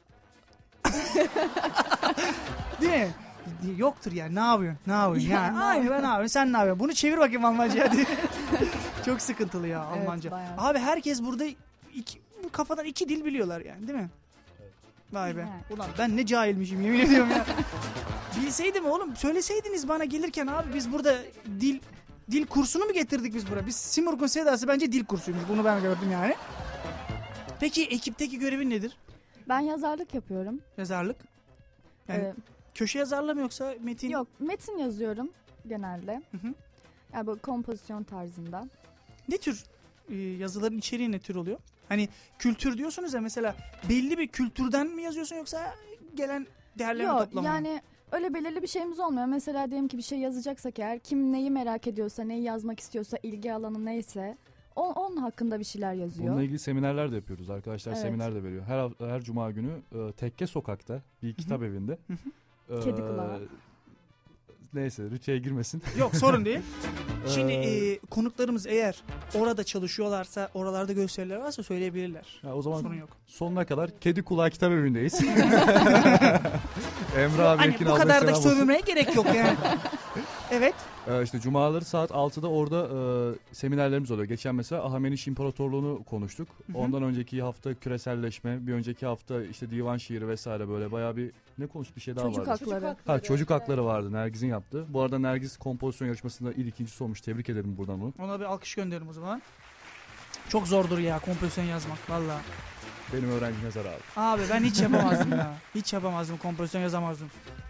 Değil mi? Yoktur yani ne yapıyorsun? Ne yapıyorsun? Ya, Yani, ne aynı ben ne yapıyorum? Sen ne yapıyorsun? Bunu çevir bakayım Almanca'ya diye. Çok sıkıntılı ya Evet, Almanca. bayağı. Abi herkes burada iki, bu kafadan iki dil biliyorlar yani değil mi? Vay be. Evet. Ulan ben ne cahilmişim yemin ediyorum ya. Bilseydim oğlum söyleseydiniz bana gelirken abi biz burada dil dil kursunu mu getirdik biz buraya? Biz Simurg'un Sedası bence dil kursuymuş. Bunu ben gördüm yani. Peki ekipteki görevin nedir? Ben yazarlık yapıyorum. Yazarlık. Yani Ee, köşe yazarlığı mı yoksa metin? Yok, metin yazıyorum genelde. Hı hı. Yani böyle kompozisyon tarzında. Ne tür e, yazıların içeriği ne tür oluyor? Hani kültür diyorsunuz ya, mesela belli bir kültürden mi yazıyorsun yoksa gelen değerlerini Yok toplama mı? yani öyle belirli bir şeyimiz olmuyor. Mesela diyelim ki bir şey yazacaksak eğer, kim neyi merak ediyorsa, neyi yazmak istiyorsa, ilgi alanı neyse on, onun hakkında bir şeyler yazıyor. Bununla ilgili seminerler de yapıyoruz. Arkadaşlar Evet. seminer de veriyor. Her hafta- her cuma günü e, Tekke Sokak'ta bir kitap evinde. e, Kedi kulağı. Neyse rütüye girmesin. Yok sorun değil. Şimdi Ee, e, konuklarımız eğer orada çalışıyorlarsa, oralarda gösteriler varsa söyleyebilirler. Ya o zaman Sorun yok. sonuna kadar Kedi Kulağı kitap evindeyiz. Emre abi Hani bu kadar da sövmeye gerek yok yani. Evet. Ee, işte cumaları saat altıda orada e, seminerlerimiz oluyor. Geçen mesela Ahameniş İmparatorluğu'nu konuştuk. Hı hı. Ondan önceki hafta küreselleşme, bir önceki hafta işte divan şiiri vesaire, böyle bayağı bir ne konuştuk, bir şey daha Çocuk vardı. hakları. Ha, çocuk hakları vardı, Nergiz'in yaptığı. Bu arada Nergiz kompozisyon yarışmasında il ikincisi olmuş. Tebrik ederim buradan onu. Ona bir alkış gönderelim o zaman. Çok zordur ya kompozisyon yazmak valla. Benim öğrencim yazar abi. Abi ben hiç yapamazdım ya. Hiç yapamazdım, kompozisyon yazamazdım.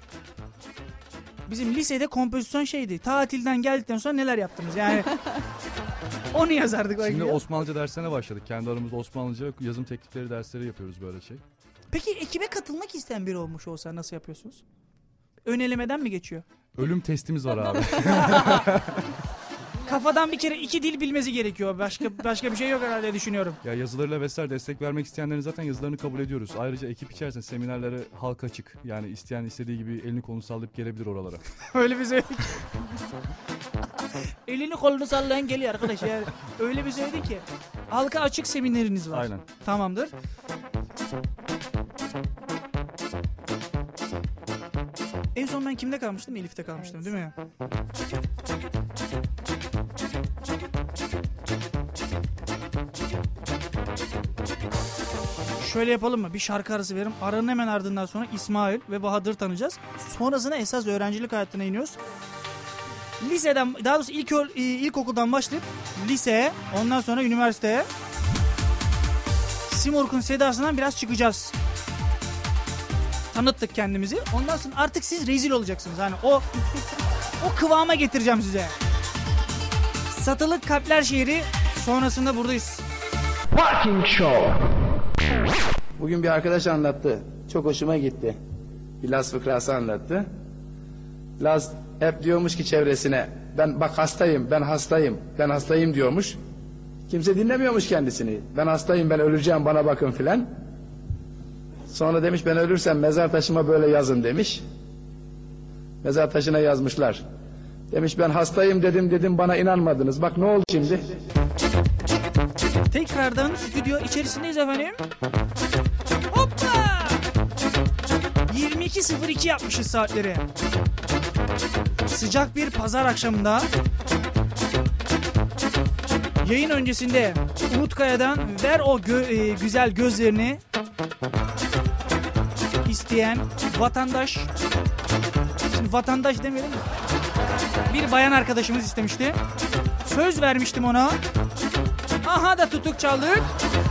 Bizim lisede kompozisyon şeydi. Tatilden geldikten sonra neler yaptınız yani. Onu yazardık. Şimdi belki. Osmanlıca derslerine başladık. Kendi aramızda Osmanlıca yazım teknikleri dersleri yapıyoruz, böyle şey. Peki ekibe katılmak isteyen biri olmuş olsa nasıl yapıyorsunuz? Ön elemeden mi geçiyor? Ölüm testimiz var abi. Kafadan bir kere iki dil bilmesi gerekiyor. Başka başka bir şey yok herhalde düşünüyorum. Ya yazılarıyla vesaire destek vermek isteyenlerin zaten yazılarını kabul ediyoruz. Ayrıca ekip içerisinde seminerlere halka açık. Yani isteyen istediği gibi elini kolunu sallayıp gelebilir oralara. Öyle bir söyledik. Elini kolunu sallayan geliyor arkadaş yani. Öyle bir söyledik ki. Halka açık semineriniz var. Aynen. Tamamdır. En son ben kimde kalmıştım? Elif'te kalmıştım, değil mi? Şöyle yapalım mı? Bir şarkı arası verim. Aranın hemen ardından sonra İsmail ve Bahadır tanıyacağız. Sonrasında esas öğrencilik hayatına iniyoruz. Liseden, daha doğrusu ilk öğ- ilkokuldan başlayıp liseye, ondan sonra üniversiteye, Simurg'un Sedası'ndan biraz çıkacağız. Tanıttık kendimizi. Ondan sonra artık siz rezil olacaksınız. Hani o o kıvama getireceğim size. Satılık Kalpler şiiri sonrasında buradayız. Bugün bir arkadaş anlattı. Çok hoşuma gitti. Bir Laz fıkrası anlattı. Laz hep diyormuş ki çevresine, ben bak hastayım, ben hastayım, ben hastayım diyormuş. Kimse dinlemiyormuş kendisini. Ben hastayım, ben öleceğim, bana bakın filan. Sonra demiş, ben ölürsem mezar taşıma böyle yazın demiş. Mezar taşına yazmışlar. Demiş, ben hastayım dedim dedim bana inanmadınız. Bak ne oldu şimdi? Tekrardan stüdyo içerisindeyiz efendim. Hoppa! yirmi iki sıfır iki yapmışız saatleri. Sıcak bir pazar akşamında yayın öncesinde Umut Kaya'dan ver o gö- e, güzel gözlerini isteyen vatandaş, şimdi vatandaş demeyelim mi? Bir bayan arkadaşımız istemişti. Söz vermiştim ona. Aha da tutuk çaldık.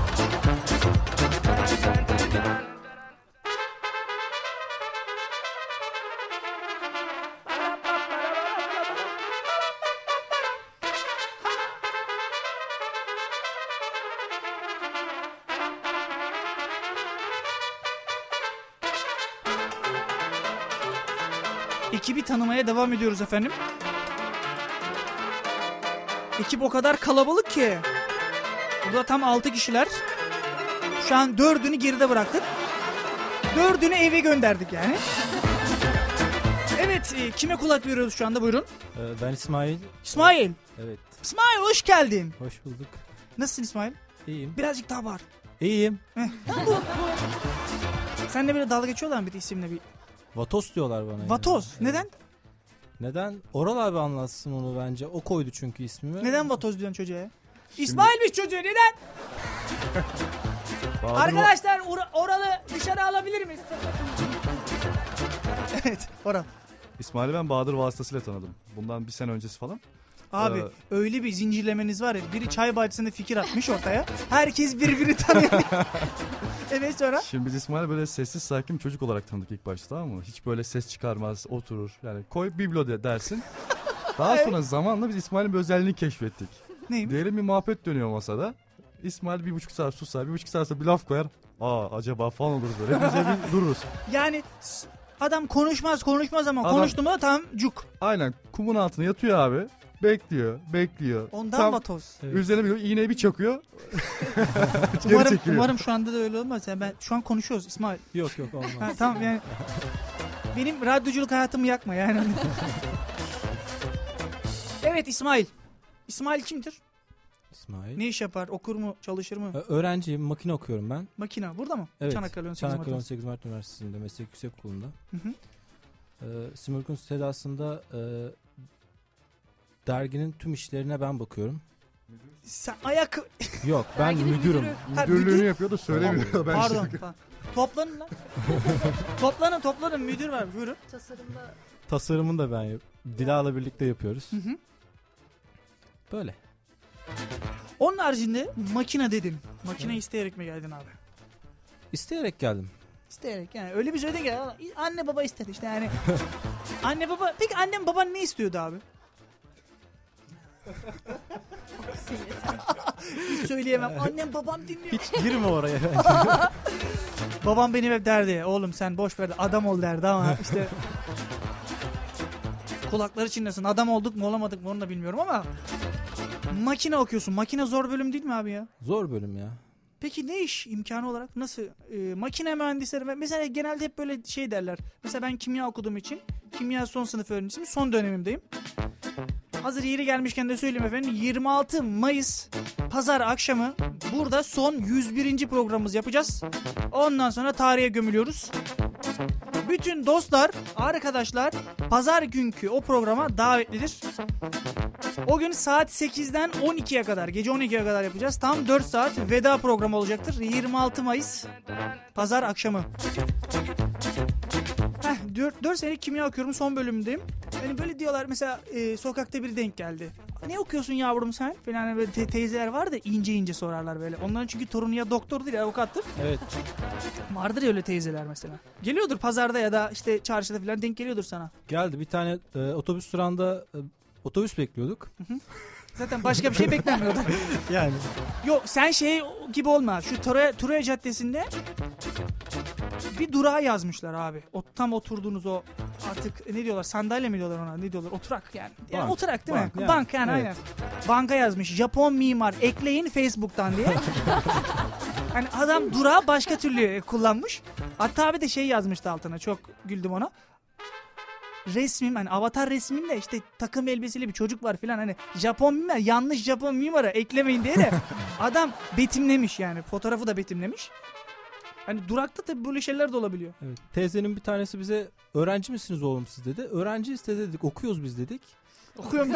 Ekibi tanımaya devam ediyoruz efendim. Ekip o kadar kalabalık ki. Burada tam altı kişiler. Şu an dördünü geride bıraktık. Dördünü eve gönderdik yani. Evet, e, kime kulak veriyoruz şu anda, buyurun. Ee, ben İsmail. İsmail. Evet. İsmail hoş geldin. Hoş bulduk. Nasılsın İsmail? İyiyim. Birazcık daha bağır. İyiyim. Sen de böyle dalga geçiyorlar mı bir de isimle bir? Vatos diyorlar bana. Vatoz. Yani. Neden? Neden? Oral abi anlatsın onu bence. O koydu çünkü ismimi. Neden Vatoz diyorsun çocuğa? İsmail'miş çocuğu, neden? Bahadır Arkadaşlar or- oralı dışarı alabilir miyiz? Evet, oral. İsmail'i ben Bahadır vasıtasıyla tanıdım. Bundan bir sene öncesi falan. Abi Ee, öyle bir zincirlemeniz var ya. Biri çay bahçesinde fikir atmış ortaya. Herkes birbirini tanıyor. Evet sonra? Şimdi biz İsmail'i böyle sessiz sakin bir çocuk olarak tanıdık ilk başta, tamam mı? Hiç böyle ses çıkarmaz, oturur. Yani koy biblo de dersin. Daha sonra zamanla biz İsmail'in bir özelliğini keşfettik. Neymiş? Diyelim bir muhabbet dönüyor masada. İsmail bir buçuk saat susar, bir buçuk saat sonra bir laf koyar. Aa acaba falan oluruz böyle. Biz de bir dururuz. Yani s- adam konuşmaz konuşmaz ama Adam- konuştu mu tam cuk. Aynen kumun altına yatıyor abi. Bekliyor, bekliyor. Ondan Tam vatoz. üzerine bir iğneyi bir çakıyor. Geri Umarım, çekiliyor. umarım şu anda da öyle olmaz. Yani ben şu an konuşuyoruz İsmail. Yok yok olmaz. Ha, tamam yani. Benim radyoculuk hayatımı yakma yani. Evet İsmail. İsmail kimdir? İsmail. Ne iş yapar? Okur mu? Çalışır mı? Ö- Öğrenciyim, makine okuyorum ben. Makina. Burada mı? Evet. Çanakkale on sekiz Çanakkale on Mart. sekiz Mart Üniversitesi'nde Meslek Yüksekokulu'nda. Hı hı. Ee, Simurg'un sedasında e, derginin tüm işlerine ben bakıyorum. Sen ayak... Yok ben Derginin müdürüm. müdürü. Ha, Müdürlüğünü müdür- yapıyor da söylemiyor. Ben Pardon. şey- Pardon. Toplanın lan. toplanın toplanın. Müdür var. Buyurun. Tasarımda Tasarımını da ben yap- Dila'la birlikte yapıyoruz. Hı hı. Böyle. Onun haricinde makine dedin. Makine isteyerek mi geldin abi? İsteyerek geldim. İsteyerek yani. Öyle bir söyledin ki anne baba istedi işte yani. Anne baba. Peki annem baban ne istiyordu abi? Hiç söyleyemem. Annem babam dinliyor. Hiç girme oraya. Babam benim hep derdi. Oğlum sen boş ver de adam ol derdi ama işte kulakları çınlasın. Adam olduk mu olamadık mı onu da bilmiyorum ama makine okuyorsun. Makine zor bölüm değil mi abi ya? Zor bölüm ya. Peki ne iş imkanı olarak nasıl e, makine mühendisleri mesela genelde hep böyle şey derler. Mesela ben kimya okuduğum için kimya son sınıf öğrencisiyim. Son dönemimdeyim. Hazır yeri gelmişken de söyleyeyim efendim. yirmi altı Mayıs pazar akşamı burada son yüz birinci programımız yapacağız. Ondan sonra tarihe gömülüyoruz. Bütün dostlar, arkadaşlar pazar günkü o programa davetlidir. O gün saat sekizden on ikiye kadar, gece on ikiye kadar yapacağız. Tam dört saat veda programı olacaktır. yirmi altı Mayıs pazar akşamı. Heh, dört senelik kimya okuyorum, son bölümündeyim. Yani böyle diyorlar mesela e, sokakta biri denk geldi. Ne okuyorsun yavrum sen? Falan böyle te- teyzeler var da ince ince sorarlar böyle. Onların çünkü torunu ya doktordur ya avukattır. Evet. Vardır ya öyle teyzeler mesela. Geliyordur pazarda ya da işte çarşıda falan denk geliyordur sana. Geldi bir tane e, otobüs durağında e, otobüs bekliyorduk. Zaten başka bir şey beklenmiyordu. Yani. Yok sen şey gibi olma. Şu Turaya, Turaya Caddesi'nde bir durağa yazmışlar abi. O tam oturduğunuz o artık ne diyorlar, sandalye mi diyorlar ona, ne diyorlar, oturak yani. Yani Bank. oturak değil Bank mi? yani. Bank yani Evet. aynen. Banka yazmış. Japon mimar ekleyin Facebook'tan diye. Hani adam durağı başka türlü kullanmış. Hatta abi de şey yazmıştı altına, çok güldüm ona. Resmim hani avatar resmimle işte takım elbiseli bir çocuk var filan, hani Japon mimar, yanlış Japon mimara eklemeyin diye de adam betimlemiş yani, fotoğrafı da betimlemiş. Hani durakta tabii böyle şeyler de olabiliyor. Evet. Teyzenin bir tanesi bize öğrenci misiniz oğlum siz dedi. Öğrenciyiz de dedik, okuyoruz biz dedik. Okuyorum.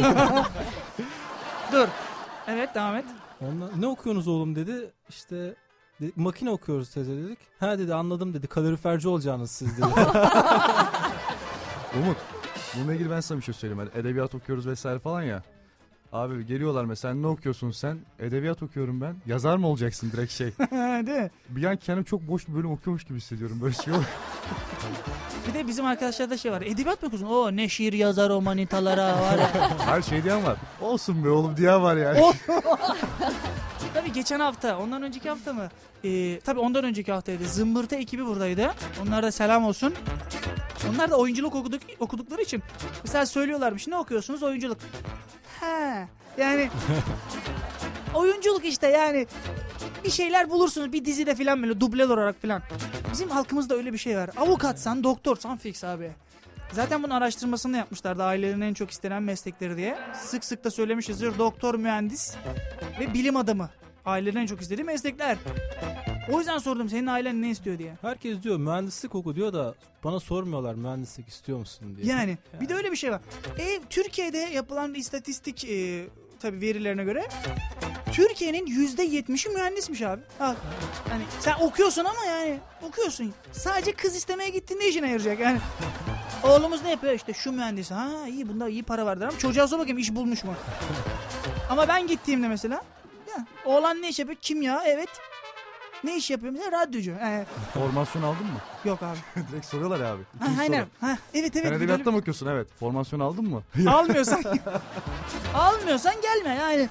Dur. Evet devam et. Ondan, ne okuyorsunuz oğlum dedi. İşte dedik, makine okuyoruz teyze dedik. Ha dedi, anladım dedi, kaloriferci olacaksınız siz dedi. Umut, bununla ilgili ben sana bir şey söyleyeyim. Hani edebiyat okuyoruz vesaire falan ya. Abi geliyorlar mesela, ne okuyorsun sen? Edebiyat okuyorum ben. Yazar mı olacaksın direkt şey? Değil mi? Bir an kendimi çok boş bir bölüm okuyormuş gibi hissediyorum. Böyle şey olur. Bir de bizim arkadaşlarda şey var. Edebiyat mı okuyorsun? Oo ne şiir yazar o manitalara var ya. Her şey diyen var. Olsun be oğlum diyen var yani. O- Tabii geçen hafta, ondan önceki hafta mı? Ee, tabii ondan önceki haftaydı. Zımbırtı ekibi buradaydı. Onlara da selam olsun. Onlar da oyunculuk okuduk, okudukları için mesela söylüyorlarmış. Ne okuyorsunuz? Oyunculuk. He. Yani oyunculuk işte yani. Bir şeyler bulursunuz bir dizide falan böyle dublör olarak falan. Bizim halkımızda öyle bir şey var. Avukatsan, doktorsan fix abi. Zaten bunun araştırmasını da yapmışlardı, ailelerin en çok istenen meslekleri diye. Sık sık da söylemişizdir, doktor, mühendis ve bilim adamı. Ailelerin en çok istediği meslekler. O yüzden sordum senin ailen ne istiyor diye. Herkes diyor mühendislik oku diyor da bana sormuyorlar mühendislik istiyor musun diye. Yani, yani. Bir de öyle bir şey var. E, Türkiye'de yapılan istatistik e, tabii verilerine göre Türkiye'nin yüzde yetmişi mühendismiş abi. Ha, yani sen okuyorsun ama yani okuyorsun. Sadece kız istemeye gittiğinde işine yarayacak yani. Oğlumuz ne yapıyor? İşte şu mühendis. Ha iyi, bunda iyi para vardır ama çocuğa sor bakayım iş bulmuş mu? Ama ben gittiğimde mesela ya, oğlan ne iş yapıyor? Kimya, evet. Ne iş yapıyor mesela? Radyocu. Ee, Formasyon aldın mı? yok abi. Direkt soruyorlar abi. Ha, İkinci aynen. soru. Ha, evet evet. Sen bir edebiyatta böyle- mı okuyorsun? Evet. Formasyon aldın mı? Almıyorsan almıyorsan gelme yani.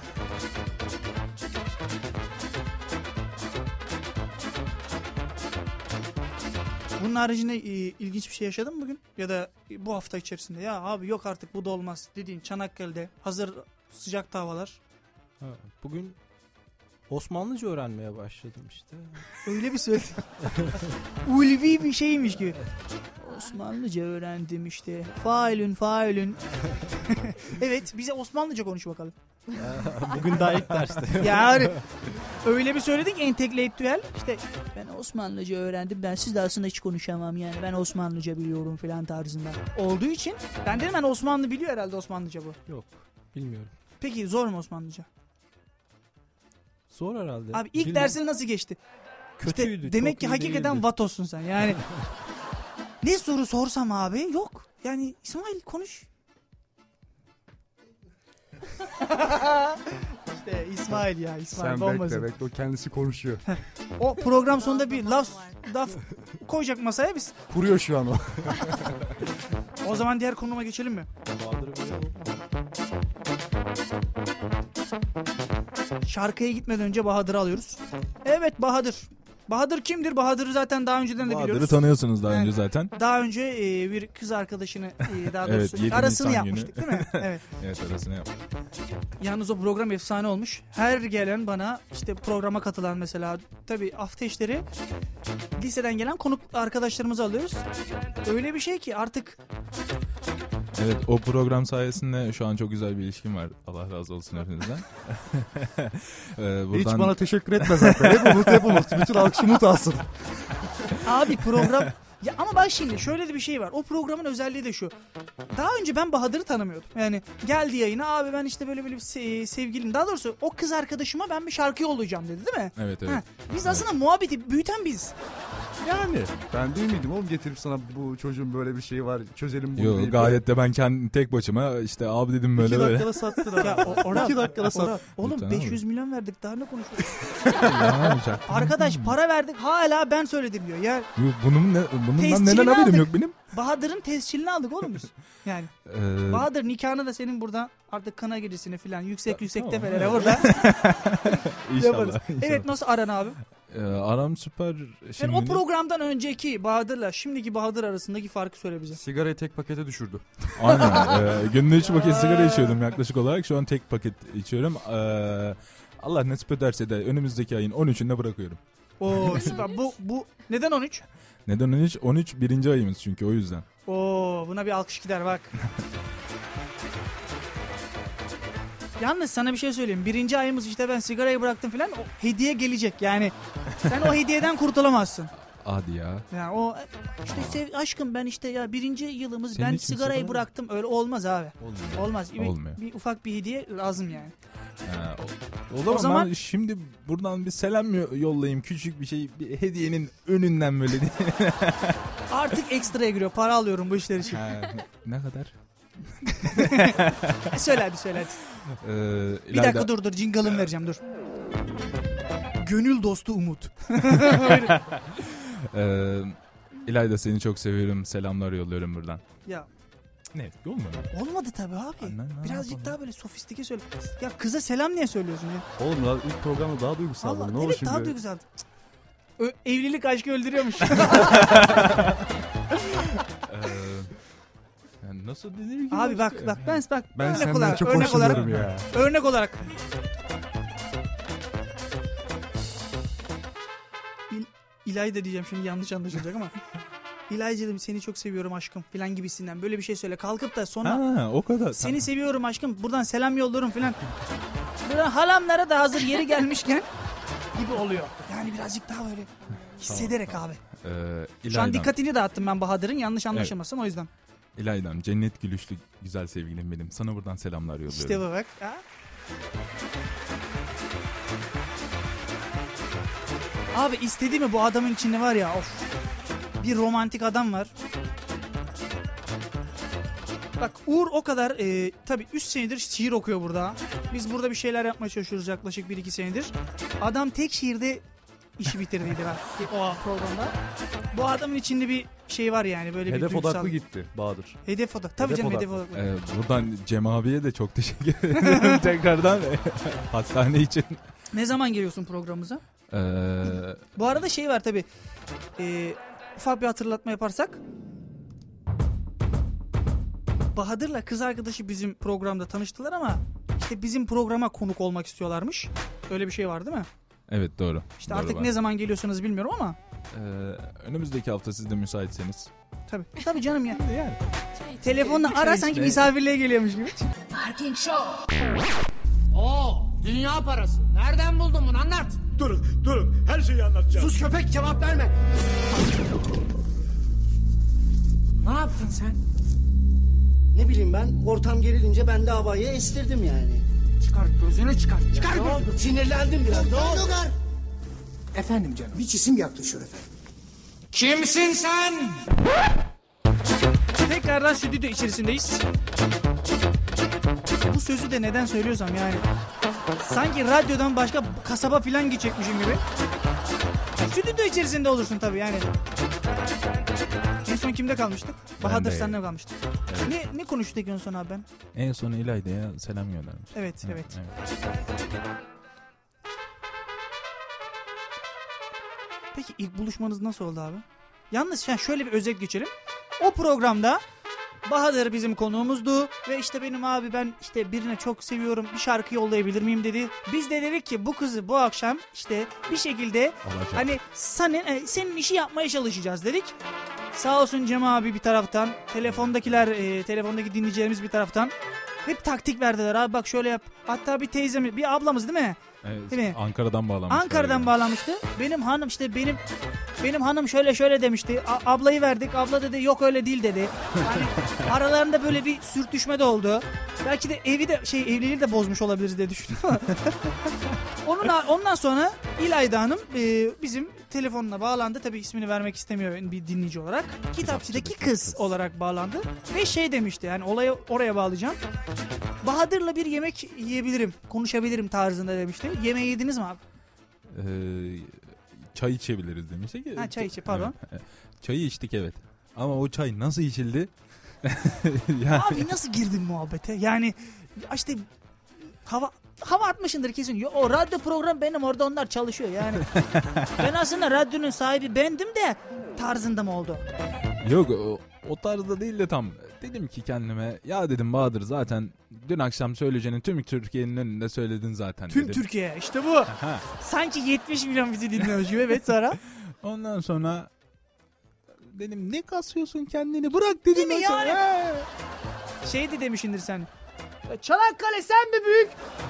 Bunun haricinde e, ilginç bir şey yaşadın mı bugün? Ya da e, bu hafta içerisinde? Ya abi yok artık bu da olmaz dediğin Çanakkale'de hazır sıcak havalar. Ha, bugün Osmanlıca öğrenmeye başladım işte. Öyle bir söyle. Ulvi bir şeymiş gibi. Osmanlıca öğrendim işte. Failün failün. Evet, bize Osmanlıca konuş bakalım. Bugün daha ilk derste. Yani öyle bir söyledik entelektüel. İşte ben Osmanlıca öğrendim. Ben sizle aslında hiç konuşamam yani. Ben Osmanlıca biliyorum falan tarzında. Olduğu için ben dedim ben Osmanlı biliyor herhalde Osmanlıca bu. Yok, bilmiyorum. Peki zor mu Osmanlıca? Zor herhalde. Abi ilk Bilmem. dersin nasıl geçti? Kötüydü. İşte demek çok ki iyi hakikaten değildi. vatossun sen yani. Ne soru sorsam abi yok. Yani İsmail konuş. İşte İsmail ya İsmail Sen bombası. bekle bekle o kendisi konuşuyor. O program sonunda bir laf laf koyacak masaya biz. Kuruyor şu an o. O zaman diğer konuma geçelim mi? Şarkıya gitmeden önce Bahadır'ı alıyoruz. Evet Bahadır. Bahadır kimdir? Bahadır'ı zaten daha önceden de Bahadır'ı biliyoruz. tanıyorsunuz daha Evet. önce zaten. Daha önce e, bir kız arkadaşını e, daha Evet, doğrusu yedi arasını Nisan yapmıştık günü. değil mi? Evet. Evet, arasını yaptık. Yalnız o program efsane olmuş. Her gelen bana işte programa katılan mesela tabii hafta işleri liseden gelen konuk arkadaşlarımızı alıyoruz. Öyle bir şey ki artık Evet, o program sayesinde şu an çok güzel bir ilişkim var. Allah razı olsun hepinizden. ee, buradan... Hiç bana teşekkür etme zaten. Hep umut hep umut. Bütün alkış umut alsın. abi program ya ama bak şimdi şöyle de bir şey var. O programın özelliği de şu. Daha önce ben Bahadır'ı tanımıyordum. Yani geldi yayına abi ben işte böyle böyle bir se- sevgilim. Daha doğrusu o kız arkadaşıma ben bir şarkı yollayacağım dedi değil mi? Evet evet. Ha, biz aslında muhabbeti büyüten biz. Yani ben değil miydim oğlum getirip sana bu çocuğun böyle bir şeyi var çözelim bunu Yo, deyip gayet de ben kendim tek başıma işte abi dedim böyle İki böyle. dakikada sattın abi. Ya o- Orhan, İki dakikada sat. Orhan, oğlum Lütfen beş yüz milyon verdik daha ne konuşuyoruz? Ya, ne olacak? Arkadaş para verdik hala ben söyledim diyor. Ya Yo, bunun ne, bundan Tescilini neden haberim aldık. yok benim? Bahadır'ın tescilini aldık oğlum biz. Yani Ee, Bahadır nikahını da senin burada artık kana girisini falan yüksek yüksek tamam. tefelere burada İnşallah. yaparız. inşallah. Evet nasıl Aran abi? Ee, aram süper. Şimdi Yani o programdan önceki Bahadır'la şimdiki Bahadır arasındaki farkı söyle bize. Sigarayı tek pakete düşürdü. Aynen. Ee, günde üç paket sigara içiyordum yaklaşık olarak. Şu an tek paket içiyorum. Ee, Allah nasip ederse de önümüzdeki ayın on üçünde bırakıyorum. Oo süper. Bu bu neden on üç? Neden on üç? on üç birinci ayımız çünkü o yüzden. Oo buna bir alkış gider bak. Yalnız sana bir şey söyleyeyim. Birinci ayımız işte ben sigarayı bıraktım falan o hediye gelecek yani. Sen o hediyeden kurtulamazsın. Hadi ya. Yani o işte sev, aşkım ben işte ya birinci yılımız Senin ben için sigarayı sigara- bıraktım öyle olmaz abi. Olmuyor. Olmaz. Bir, Olmuyor. bir ufak bir hediye lazım yani. Ha, o, o zaman, zaman- ben şimdi buradan bir selam yo- yollayayım. Küçük bir şey, bir hediyenin önünden böyle. Artık ekstraya giriyor. Para alıyorum bu işler için. Ha, ne, ne kadar? E, söyle hadi söyle hadi. Ee, Bir dakika dur dur jingle'ımı vereceğim dur. Gönül dostu Umut. Ee, İlayda seni çok seviyorum. Selamlar yolluyorum buradan. Ya Ne? Olmuyor mu? olmadı tabii abi. Ne- ne Birazcık yapalım? daha böyle sofistike söyle. Ya kıza selam niye söylüyorsun ya? Oğlum ya ilk programda daha duygusaldı. Allah Ne oldu evet şimdi? daha duygusal. Cık. Ö- evlilik aşkı öldürüyormuş. Ee, yani nasıl denir ki? Abi bak başka? bak ben bak Ben örnek senden olarak çok örnek olarak hoşlanıyorum ya. örnek olarak İl, İlayda diyeceğim şimdi yanlış anlaşılacak ama İlayda'cığım seni çok seviyorum aşkım filan gibisinden böyle bir şey söyle. Kalkıp da sonra Ha, o kadar. seni seviyorum aşkım buradan selam yolluyorum filan. Buradan halamlara da hazır yeri gelmişken gibi oluyor. Yani birazcık daha böyle hissederek abi. Ee, Şu an İlayda'm, dikkatini dağıttım ben Bahadır'ın yanlış anlaşılmasın o yüzden. İlayda'm, cennet gülüşlü güzel sevgilim benim. Sana buradan selamlar yolluyorum. İşte bu bak. Ha? Abi istediğimi bu adamın içinde var ya of. Bir romantik adam var. Bak Uğur o kadar e, tabii üç senedir şiir okuyor burada. Biz burada bir şeyler yapmaya çalışıyoruz yaklaşık bir iki senedir. Adam tek şiirde işi bitirdiydi ben o programda. Bu adamın içinde bir şey var yani böyle bir Hedef duygusal. odaklı gitti Bahadır. Hedef odaklı. Tabii Hedef canım odaklı. hedef odaklı. Ee, buradan Cem abiye de çok teşekkür ederim tekrardan hastane için. Ne zaman geliyorsun programımıza? Ee, Bu arada şey var tabii. E, ufak bir hatırlatma yaparsak. Bahadır'la kız arkadaşı bizim programda tanıştılar ama işte bizim programa konuk olmak istiyorlarmış. Öyle bir şey var değil mi? evet doğru. İşte Doğru artık var. ne zaman geliyorsunuz bilmiyorum ama. Ee, önümüzdeki hafta siz de müsaitseniz. Tabii. Tabii canım ya. Yani. Telefonla ara sanki misafirliğe geliyormuş gibi. Parking Show. Oo, dünya parası. Nereden buldun bunu anlat. Durun, durun. Her şeyi anlatacağım. Sus köpek cevap verme. Ne yaptın sen? Ne bileyim ben, ortam gerilince ben de havayı estirdim yani. Çıkar gözünü çıkar. Çıkar. Ne oldu? Sinirlendim biraz. Ne oldu? Efendim canım. Bir cisim yaklaşıyor efendim. Kimsin sen? Tekrardan stüdyo içerisindeyiz. Bu sözü de neden söylüyorsam yani. Sanki radyodan başka kasaba falan gidecekmişim gibi. Stüdyo içerisinde olursun tabii yani. En son kimde kalmıştık? Bahadır de. senle kalmıştık. Evet. Ne ne konuştuk en son abi ben? En son İlayda'ya selam göndermiş. Evet, Hı, evet. Peki ilk buluşmanız nasıl oldu abi? Yalnız yani şöyle bir özet geçelim. O programda Bahadır bizim konuğumuzdu ve işte benim abi ben işte birine çok seviyorum bir şarkı yollayabilir miyim dedi. Biz de dedik ki bu kızı bu akşam işte bir şekilde Olacak. hani senin, senin işi yapmaya çalışacağız dedik. Sağ olsun Cem abi bir taraftan, telefondakiler, e, telefondaki dinleyicilerimiz bir taraftan hep taktik verdiler abi bak şöyle yap. Hatta bir teyzemiz, bir ablamız değil mi? Evet, Değil mi? Ankara'dan bağlanmış. Ankara'dan bağlanmıştı. Benim hanım işte benim benim hanım şöyle şöyle demişti. A- ablayı verdik. Abla dedi yok öyle değil dedi. Yani aralarında böyle bir sürtüşme de oldu. Belki de evi de şey evliliği de bozmuş olabiliriz diye düşünüyorum. Onun ondan sonra İlayda Hanım e, bizim telefonuna bağlandı. Tabii ismini vermek istemiyor bir dinleyici olarak. Kitapçıdaki kız olarak bağlandı ve şey demişti. Yani olayı oraya bağlayacağım. Bahadır'la bir yemek yiyebilirim, konuşabilirim tarzında demişti. Yemeği yediniz mi abi? Ee, çay içebiliriz demiştik. Ha, çay içe, pardon. Evet. Çayı içtik evet. Ama o çay nasıl içildi? yani... Abi nasıl girdin muhabbete? Yani işte hava hava atmışındır kesin. Yo, o radyo program benim orada onlar çalışıyor yani. Ben aslında radyonun sahibi bendim de tarzında mı oldu? Yok o, o tarzda değil de tam dedim ki kendime ya dedim Bahadır zaten dün akşam söyleyeceğini tüm Türkiye'nin önünde söyledin zaten Tüm dedim. Türkiye işte bu. Sanki yetmiş milyon bizi dinliyormuş gibi evet sonra. Ondan sonra dedim ne kasıyorsun kendini bırak dedim. Değil mi yani? He. Şey de demişindir sen. Çanakkale sen mi büyük?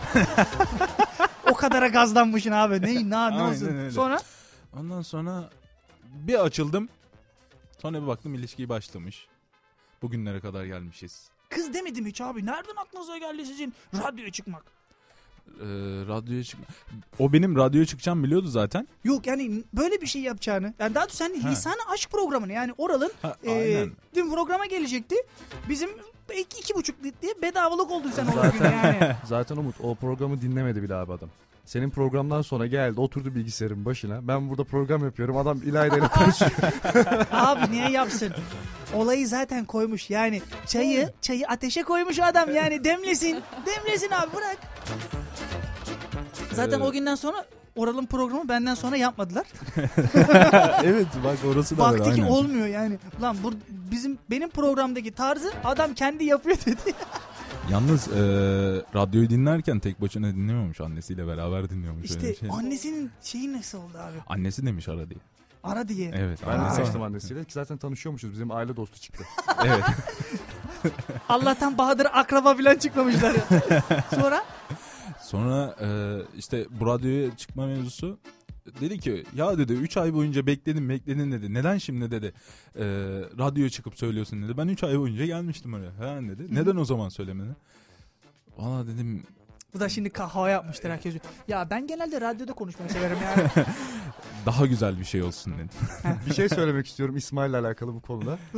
O kadara gazlanmışsın abi. Ne, ne, ne olsun? öyle. Sonra? Ondan sonra bir açıldım. Sonra bir baktım ilişkiyi başlamış. Bugünlere kadar gelmişiz. Kız demedim hiç abi. Nereden aklınıza geldi sizin radyoya çıkmak? Ee, radyoya çık. O benim radyoya çıkacağım biliyordu zaten. Yok yani böyle bir şey yapacağını. Yani daha doğrusu sen Ha. Lisan-ı Aşk programını yani Oral'ın Ha, e, aynen. dün programa gelecekti. Bizim iki, iki buçuk diye bedavalık oldun sen o gün yani. Zaten Umut o programı dinlemedi bile abi adam. Senin programdan sonra geldi oturdu bilgisayarın başına. Ben burada program yapıyorum adam İlayda ile konuşuyor. Abi niye yapsın? Olayı zaten koymuş yani çayı çayı ateşe koymuş adam yani demlesin. Demlesin abi bırak. Zaten Ee, o günden sonra Oral'ın programı benden sonra yapmadılar. Evet bak orası da var, Baktı ki aynen. olmuyor yani. Lan bu bizim benim programdaki tarzı adam kendi yapıyor dedi. Yalnız e, radyoyu dinlerken tek başına dinlemiyormuş. Annesiyle beraber dinliyormuş. öyle İşte bir şey. annesinin şeyi nasıl oldu abi? Annesi demiş ara diye. Ara diye. Evet. Ben de annesi- tanıştım annesiyle. Zaten tanışıyormuşuz. Bizim aile dostu çıktı. Evet. Allah'tan Bahadır akraba bilen çıkmamışlar. Sonra? Sonra e, işte bu radyoya çıkma mevzusu dedi ki ya dedi üç ay boyunca bekledim bekledin dedi. Neden şimdi dedi e, radyoya çıkıp söylüyorsun dedi. Ben üç ay boyunca gelmiştim oraya. Ha dedi. Neden o zaman söylemedin? Valla dedim. Bu da şimdi kahva yapmıştır herkes. Ya ben genelde radyoda konuşmayı severim yani. Daha güzel bir şey olsun dedim. Bir şey söylemek istiyorum İsmail'le alakalı bu konuda. Buyurun.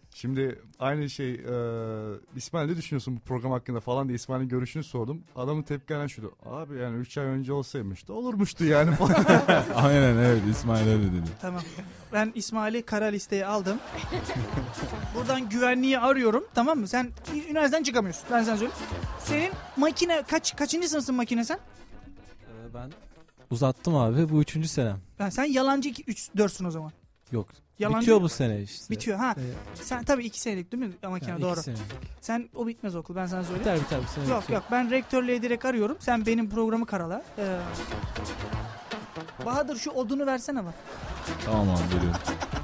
Şimdi aynı şey e, İsmail ne düşünüyorsun bu program hakkında falan diye İsmail'in görüşünü sordum. Adamın tepki gelen şuydu. Abi yani üç ay önce olsaymış da olurmuştu yani falan. Aynen evet İsmail öyle dedi. Tamam. Ben İsmail'i kara listeye aldım. Buradan güvenliği arıyorum. Tamam mı? Sen üniversiteden çıkamıyorsun. Ben sana söyleyeyim. Senin makine kaç kaçıncı sınıfsın makine sen? Ee, ben uzattım abi. Bu üçüncü senem. Ha, sen yalancı iki üç dörtsün o zaman. Yok. Yalancı... Bitiyor bu sene işte. Bitiyor ha. Evet. Sen tabii iki senelik değil mi makine Yani doğru. iki senelik. Sen o bitmez okul ben sana söyleyeyim. Biter biter bir sene Yok bitiyor. yok ben rektörlüğe direkt arıyorum. Sen benim programı karala. Ee... Bahadır şu odunu versene bak. Tamam abi veriyorum.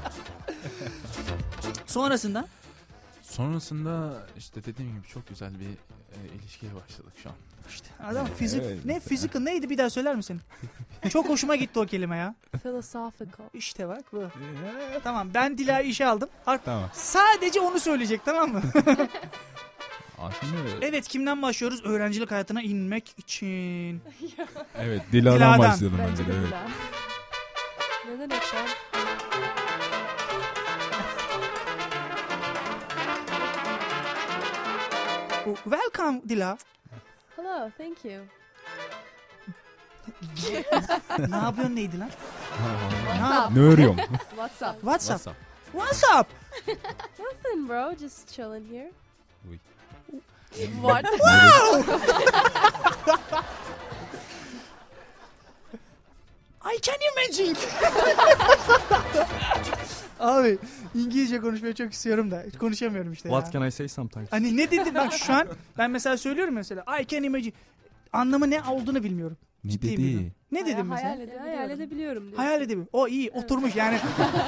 Sonrasında? Sonrasında işte dediğim gibi çok güzel bir e, ilişkiye başladık şu an. İşte adam fizik Evet. ne physical neydi bir daha söyler misin? Çok hoşuma gitti o kelime ya. Philosophical. İşte bak bu. Tamam ben Dila'yı işe aldım. Ar- Tamam. Sadece onu söyleyecek tamam mı? Aslında Evet kimden başlıyoruz? Öğrencilik hayatına inmek için. evet Dila'dan, Dila'dan. başlayalım bence de. Evet. Neden ekran? Welcome Dila. Hello, thank you. Ne yapıyorsun neydi lan? What's up? Ne örüyorum? What's up? What's up? What's up? Nothing, bro. Just chilling here. Uy. What? Wow! I can imagine. Abi İngilizce konuşmayı çok istiyorum da konuşamıyorum işte What ya. can I say sometimes? Hani ne dedin bak şu an ben mesela söylüyorum mesela I can imagine. Anlamı ne olduğunu bilmiyorum. Ne Ciddi dedi? bilmiyorum. Ne dedim mesela? Hayal edebiliyorum. Hayal edebiliyorum diyor. Hayal edemiyorum. O iyi oturmuş yani.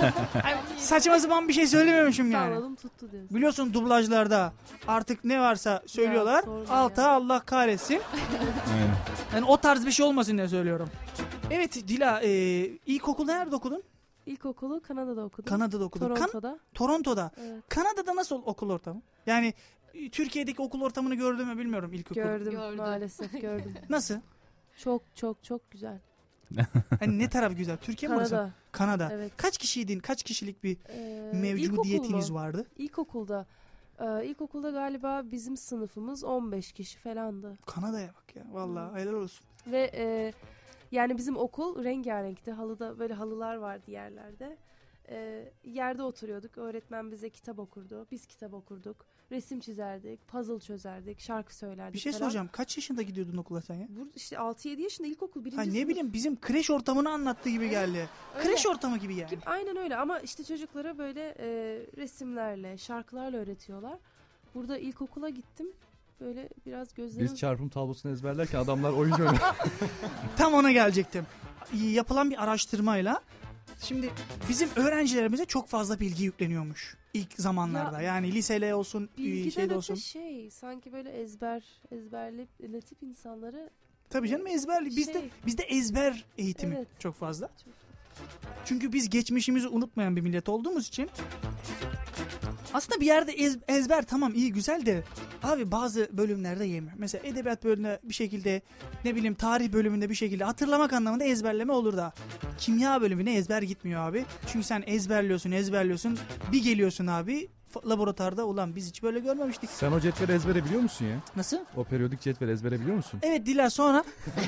Saçma sapan bir şey söylememişim yani. Salladım tuttu diyorsun. Biliyorsun dublajlarda artık ne varsa söylüyorlar. Ya, sorma Alta ya. Allah kahretsin. Aynen. Yani o tarz bir şey olmasın diye söylüyorum. Evet Dila e, ilkokulda nerede okudun? İlkokulu Kanada'da okudum. Kanada'da okudun. Kan- Toronto'da. Toronto'da. Evet. Kanada'da nasıl okul ortamı? Yani e, Türkiye'deki okul ortamını gördün mü bilmiyorum ilkokul. Gördüm Gördüm. maalesef gördüm. Nasıl? Çok çok çok güzel. Hani ne taraf güzel? Türkiye mi orası? Kanada. Kanada. Evet. Kaç kişiydin? Kaç kişilik bir Ee, mevcudiyetiniz ilkokul mu? vardı? İlkokulda. Ee, ilkokulda galiba bizim sınıfımız on beş kişi falandı. Kanada'ya bak ya. Vallahi helal olsun. Ve e, yani bizim okul rengarenkti. Halıda böyle halılar vardı yerlerde. Ee, yerde oturuyorduk. Öğretmen bize kitap okurdu. Biz kitap okurduk. Resim çizerdik. Puzzle çözerdik. Şarkı söylerdik Bir şey falan. soracağım. Kaç yaşında gidiyordun okula sen ya? Burada işte altı yedi yaşında ilkokul birinci Ha ne sınıf. bileyim bizim kreş ortamını anlattığı gibi geldi. Öyle. Kreş ortamı gibi yani. Gibi, aynen öyle ama işte çocuklara böyle e, resimlerle, şarkılarla öğretiyorlar. Burada ilkokula gittim. Böyle biraz gözlerim... Biz çarpım tablosunu ezberlerken adamlar oyuncu oynuyor. Tam ona gelecektim. Yapılan bir araştırmayla şimdi bizim öğrencilerimize çok fazla bilgi yükleniyormuş ilk zamanlarda. Ya, yani liseyle olsun, Bilgiden şeyde öte olsun. şey sanki böyle ezber ezberletip insanları Tabii canım ezberli. Bizde Şey- bizde ezber eğitimi Evet. çok fazla. Çok- Çünkü biz geçmişimizi unutmayan bir millet olduğumuz için aslında bir yerde ez- ezber tamam iyi güzel de abi bazı bölümlerde yemiyor. Mesela edebiyat bölümünde bir şekilde ne bileyim tarih bölümünde bir şekilde hatırlamak anlamında ezberleme olur da kimya bölümüne ezber gitmiyor abi. Çünkü sen ezberliyorsun ezberliyorsun bir geliyorsun abi f- laboratuvarda ulan biz hiç böyle görmemiştik. Sen o cetveli ezbere biliyor musun ya? Nasıl? O periyodik cetveli ezbere biliyor musun? Evet Dila sonra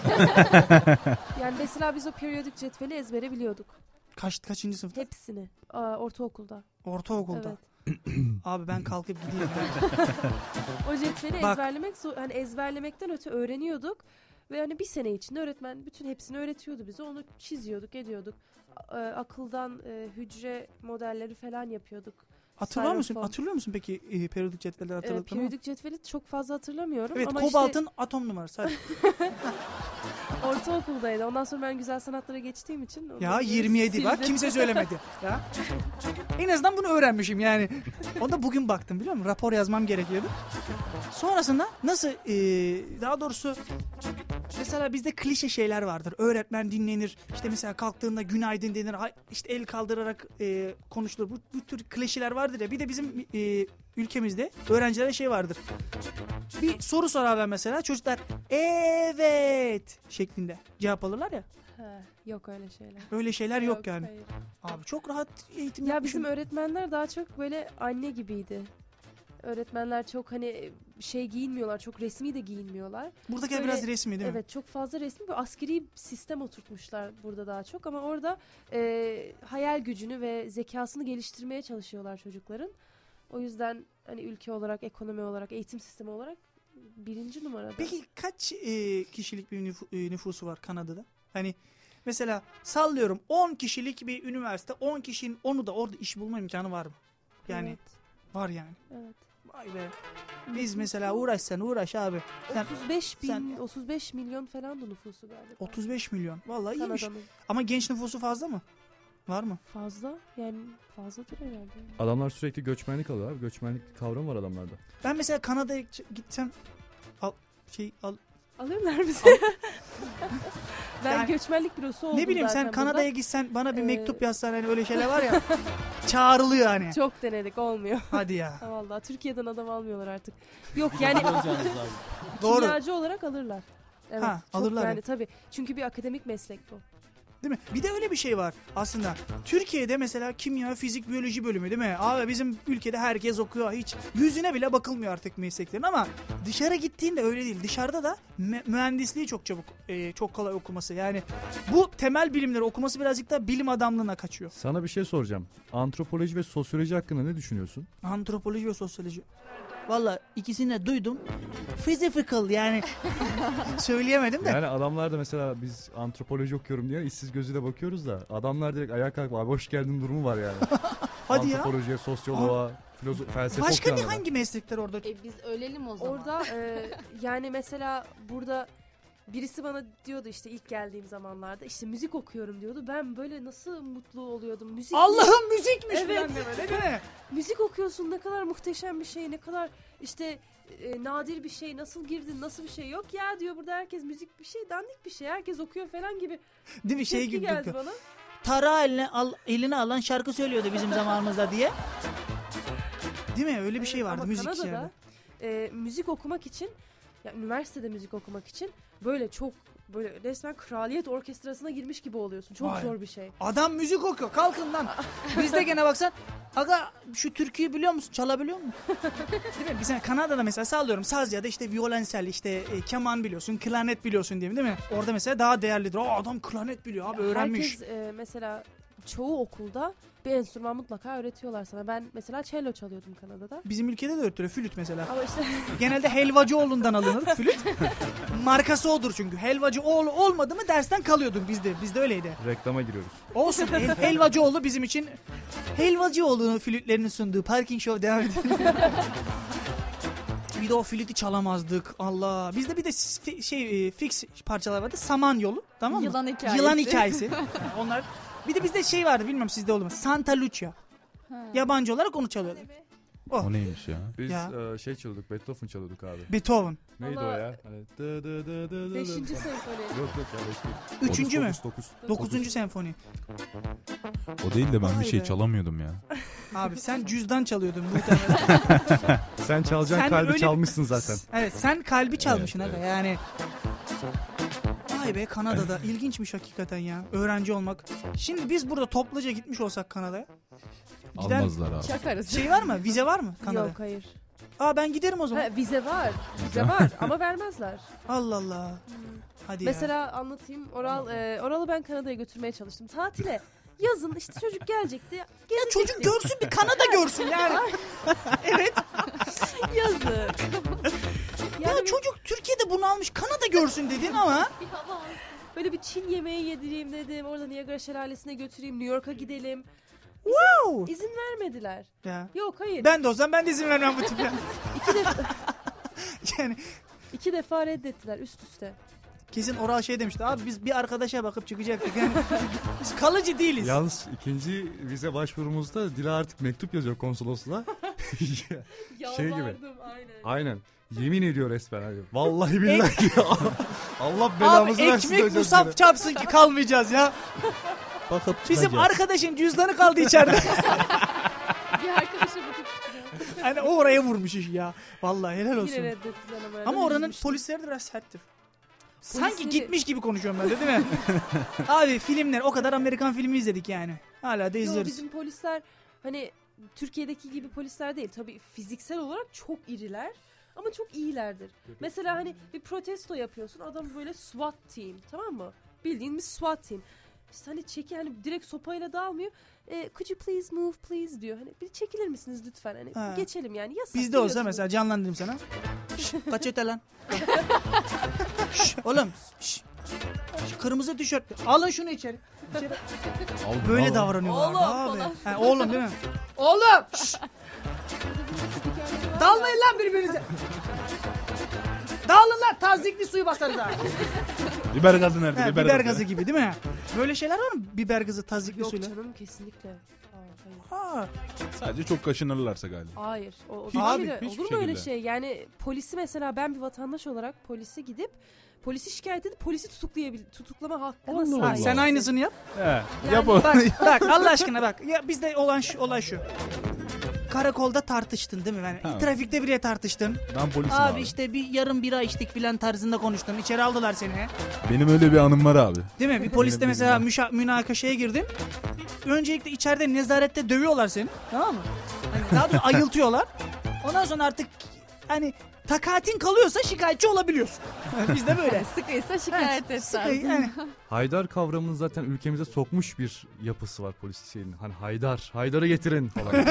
yani mesela biz o periyodik cetveli ezbere biliyorduk. kaç kaçıncı sınıfta? Hepsini. Aa, ortaokulda. Ortaokulda. Evet. Abi ben kalkıp gideyim. O cetveli Bak. ezberlemek zor- hani ezberlemekten öte öğreniyorduk ve hani bir sene içinde öğretmen bütün hepsini öğretiyordu bize. Onu çiziyorduk, ediyorduk. A- e, akıldan e, hücre modelleri falan yapıyorduk. Hatırlıyor musun? Styrofoam. Hatırlıyor musun peki e, periyodik cetvelleri E, hatırladın mı? periyodik cetveli çok fazla hatırlamıyorum Evet ama kobaltın işte atom numarası. Hadi. ortaokuldaydı. Ondan sonra ben güzel sanatlara geçtiğim için onu Ya böyle yirmi yedi bak sildim. kimse söylemedi. Ya. En azından bunu öğrenmişim yani. Onu da bugün baktım biliyor musun? Rapor yazmam gerekiyordu. Sonrasında nasıl e, daha doğrusu Mesela bizde klişe şeyler vardır. Öğretmen dinlenir. İşte mesela kalktığında günaydın denir. Hay- İşte el kaldırarak e, konuşulur. Bu, bu tür klişeler vardır ya. Bir de bizim e, ülkemizde öğrencilere şey vardır. Bir soru sorarlar mesela. Çocuklar evet şeklinde cevap alırlar ya. Ha, yok öyle şeyler. Öyle şeyler yok, Yok, yani. hayır. Abi çok rahat eğitim Ya yapmışım. bizim öğretmenler daha çok böyle anne gibiydi. Öğretmenler çok hani şey giyinmiyorlar, çok resmi de giyinmiyorlar. Buradakiler biraz resmi değil mi? Evet, çok fazla resmi bir askeri sistem oturtmuşlar burada daha çok. Ama orada e, hayal gücünü ve zekasını geliştirmeye çalışıyorlar çocukların. O yüzden hani ülke olarak, ekonomi olarak, eğitim sistemi olarak birinci numarada. Peki kaç e, kişilik bir nüfu- e, nüfusu var Kanada'da? Hani mesela sallıyorum on kişilik bir üniversite, on kişinin onu da orada iş bulma imkanı var mı? Yani Evet. var yani. Evet. Vay be. Biz mesela uğraşsan uğraş abi. Sen otuz beş bin, sen- otuz beş milyon falan da nüfusu galiba. otuz beş milyon. Vallahi iyiymiş. Kanada'nın. Ama genç nüfusu fazla mı? Var mı? Fazla. Yani fazladır herhalde. Adamlar sürekli göçmenlik alıyor abi. Göçmenlik kavramı var adamlarda. Ben mesela Kanada'ya ç- gitsem al şey al. Alırlar bizi. Ben Yani- göçmenlik bürosu oldum Ne bileyim sen zaten Kanada'ya burada. gitsen bana bir Ee, mektup yazsan hani öyle şeyler var ya. Çağrılıyor hani. Çok denedik, olmuyor. Hadi ya. Ha, vallahi Türkiye'den adam almıyorlar artık. Yok yani Doğru. kimyacı olarak alırlar. Evet, Ha, çok alırlar yani yani. tabii. Çünkü bir akademik meslek bu. Değil mi? Bir de öyle bir şey var aslında. Türkiye'de mesela kimya, fizik, biyoloji bölümü değil mi? Abi bizim ülkede herkes okuyor. Hiç yüzüne bile bakılmıyor artık mesleklerin ama dışarı gittiğinde öyle değil. Dışarıda da mü- mühendisliği çok çabuk, e, çok kolay okuması. Yani bu temel bilimleri okuması birazcık da bilim adamlığına kaçıyor. Sana bir şey soracağım. Antropoloji ve sosyoloji hakkında ne düşünüyorsun? Antropoloji ve sosyoloji. Valla ikisini de duydum. Physical yani söyleyemedim de. Yani adamlar da mesela biz antropoloji okuyorum diye işsiz gözüyle bakıyoruz da adamlar direkt ayağa kalkıp abi hoş geldin durumu var yani. Hadi ya. Antropolojiye, sosyoloğa, filozof, felsefe Başka ne okuyanlara. hangi meslekler orada? E biz ölelim o zaman. Orada e, yani mesela burada birisi bana diyordu işte ilk geldiğim zamanlarda işte müzik okuyorum diyordu. Ben böyle nasıl mutlu oluyordum. Müzik Allah'ım müzikmiş Evet. falan de böyle değil mi? Müzik okuyorsun, ne kadar muhteşem bir şey, ne kadar işte e, nadir bir şey, nasıl girdin, nasıl bir şey yok ya diyor, burada herkes müzik bir şey, dandik bir şey, herkes okuyor falan gibi. Değil mi? Şey tepki gibi geldi bakıyor. bana. Tara eline, al, eline alan şarkı söylüyordu bizim zamanımızda diye. Değil mi? Öyle bir şey vardı Ama müzik Kanada'da yani. e, müzik okumak için, ya üniversitede müzik okumak için böyle çok böyle resmen kraliyet orkestrasına girmiş gibi oluyorsun. Çok Vay. zor bir şey. Adam müzik okuyor. Kalkın lan. Bizde gene baksan. Aga şu türküyü biliyor musun? Çalabiliyor musun? Değil mi? Biz yani Kanada'da mesela sallıyorum. Saz ya da işte violensel işte e, keman biliyorsun. Klarnet biliyorsun diye değil mi? Orada mesela daha değerlidir. Aa adam klarnet biliyor abi öğrenmiş. Herkes e, mesela çoğu okulda bir enstrüman mutlaka öğretiyorlar sana. Ben mesela cello çalıyordum Kanada'da. Bizim ülkede de öğretiyor. Flüt mesela. Ama işte Genelde Helvacıoğlu'ndan alınır flüt. Markası odur çünkü. Helvacıoğlu olmadı mı dersten kalıyorduk bizde. Bizde öyleydi. Reklama giriyoruz. Olsun. Hel- Helvacıoğlu bizim için Helvacıoğlu'nun flütlerini sunduğu Parking Show devam ediyor. Bir de o flütü çalamazdık. Allah. Bizde bir de fi- şey e, fix parçalar vardı. Samanyolu. Tamam mı? Yılan hikayesi. Yılan hikayesi. Yani onlar. Bir de bizde şey vardı bilmiyorum sizde oldu mu? Santa Lucia. Yabancı olarak onu çalıyorlar. Oh. O neymiş ya? Biz Ya. e, şey çalıyorduk, Beethoven çalıyorduk abi. Beethoven. Neydi Ama o ya? Hani dı dı dı dı dı beşinci dı. senfoni. Yok yok ya beş değil. Üçüncü mü? Dokuz, dokuz. Dokuzuncu senfoni. O değil de ben Vay bir şey be. çalamıyordum ya. Abi sen cüzdan çalıyordun muhtemelen. Sen çalacaksın, Sen kalbi öyle- çalmışsın zaten. Evet sen kalbi çalmışsın Evet, aga evet. yani. Vay be Kanada'da ilginçmiş hakikaten ya öğrenci olmak. Şimdi biz burada topluca gitmiş olsak Kanada'ya. Gider- Almazlar abi. Çakarız. Şey var mı? Vize var mı Kanada'ya? Yok hayır. Aa ben giderim o zaman. Ha, vize var. Vize var ama vermezler. Allah Allah. Hadi ya. Mesela anlatayım. Oral e, Oral'ı ben Kanada'ya götürmeye çalıştım. Tatile. Yazın işte çocuk gelecekti. Ya çocuk görsün bir Kanada görsün yani. Evet. Yazık. Ya Yani bir- çocuk Türkiye'de bunu almış Kanada görsün dedin ama. böyle bir Çin yemeği yedireyim dedim. Orada Niagara Şelalesi'ne götüreyim. New York'a gidelim. Wow. İzin vermediler. Ya. Yok hayır. Ben de olsam ben de izin vermem bu tipe. İki, defa, Yani iki defa reddettiler üst üste. kesin Oral şey demişti. Abi biz bir arkadaşa bakıp çıkacaktık. Yani biz kalıcı değiliz. Yalnız ikinci vize başvurumuzda Dila artık mektup yazıyor konsolosluğa. şey gibi. Yalvardım aynen. Aynen. Yemin ediyor resmen abi. Vallahi billahi diyor. Allah Abi belamızı versin ekmek hocam musaf seni. çarpsın ki kalmayacağız ya. Bakıp Bizim çıkacağız. arkadaşın cüzdanı kaldı içeride. Bir arkadaşa bakıp çıkıyor. Hani o oraya vurmuş iş ya. Vallahi helal olsun. Yine reddettiler ama. yani. Ama oranın Üzülmüştüm. polisleri de biraz serttir. Sanki Polisleri- gitmiş gibi konuşuyorum ben de değil mi? Abi filmler o kadar Amerikan filmi izledik yani. Hala da Yo, izliyoruz. bizim polisler hani Türkiye'deki gibi polisler değil. Tabii fiziksel olarak çok iriler ama çok iyilerdir. Mesela hani bir protesto yapıyorsun. Adam böyle SWAT team, tamam mı? Bildiğin bir SWAT team. İşte hani çeki hani direkt sopayla dağılmıyor. E, could you please move please diyor. Hani bir çekilir misiniz lütfen? Hani Ha. geçelim yani. Yasak. Bizde olsa biliyorsunuz. mesela canlandırayım sana. Şş, kaç öte lan? Şş, oğlum. Şş, şş, kırmızı tişört. Alın şunu içeri. İçeri. Böyle davranıyorlar Oğlum abi. falan. Ha, oğlum değil mi? Oğlum! Şş. Dalmayın lan birbirinize. Dağılın lan, tazikli suyu basarız ha. Biber gazı nerede? Ha, biber, biber gazı. gazı gibi değil mi? Böyle şeyler var mı? Biber gazı, tazikli Yok suyla. canım kesinlikle. Aa, hayır. Ha. Sadece çok kaşınırlarsa galiba. Hayır. O, o Hiç- zaman Abi, bile- hiçbir olur mu öyle şekilde. şey? Yani polisi mesela ben bir vatandaş olarak polise gidip polisi şikayet edip polisi tutuklayabil tutuklama hakkına Allah sahip. Allah. Sen aynısını yap. He. Yani Yap o. Bak, bak Allah aşkına bak. Ya bizde olan şu, olay şu. Karakolda tartıştın değil mi? Yani Ha. trafikte biriyle tartıştın. Ben polisim Abi, abi. işte bir yarım bira içtik filan tarzında konuştun. İçeri aldılar seni. Benim öyle bir anım var abi. Değil mi? Bir poliste Benim mesela bilmem. müşa- münakaşaya girdin. Öncelikle içeride nezarette dövüyorlar seni. Tamam mı? Hani daha doğrusu ayıltıyorlar. Ondan sonra artık hani takatin kalıyorsa şikayetçi olabiliyorsun. Biz de böyle. Sıkıysa şikayet et. Sıkı- dersin. yani. Haydar kavramını zaten ülkemize sokmuş bir yapısı var polis şeyinin. Hani Haydar, Haydar'ı getirin falan.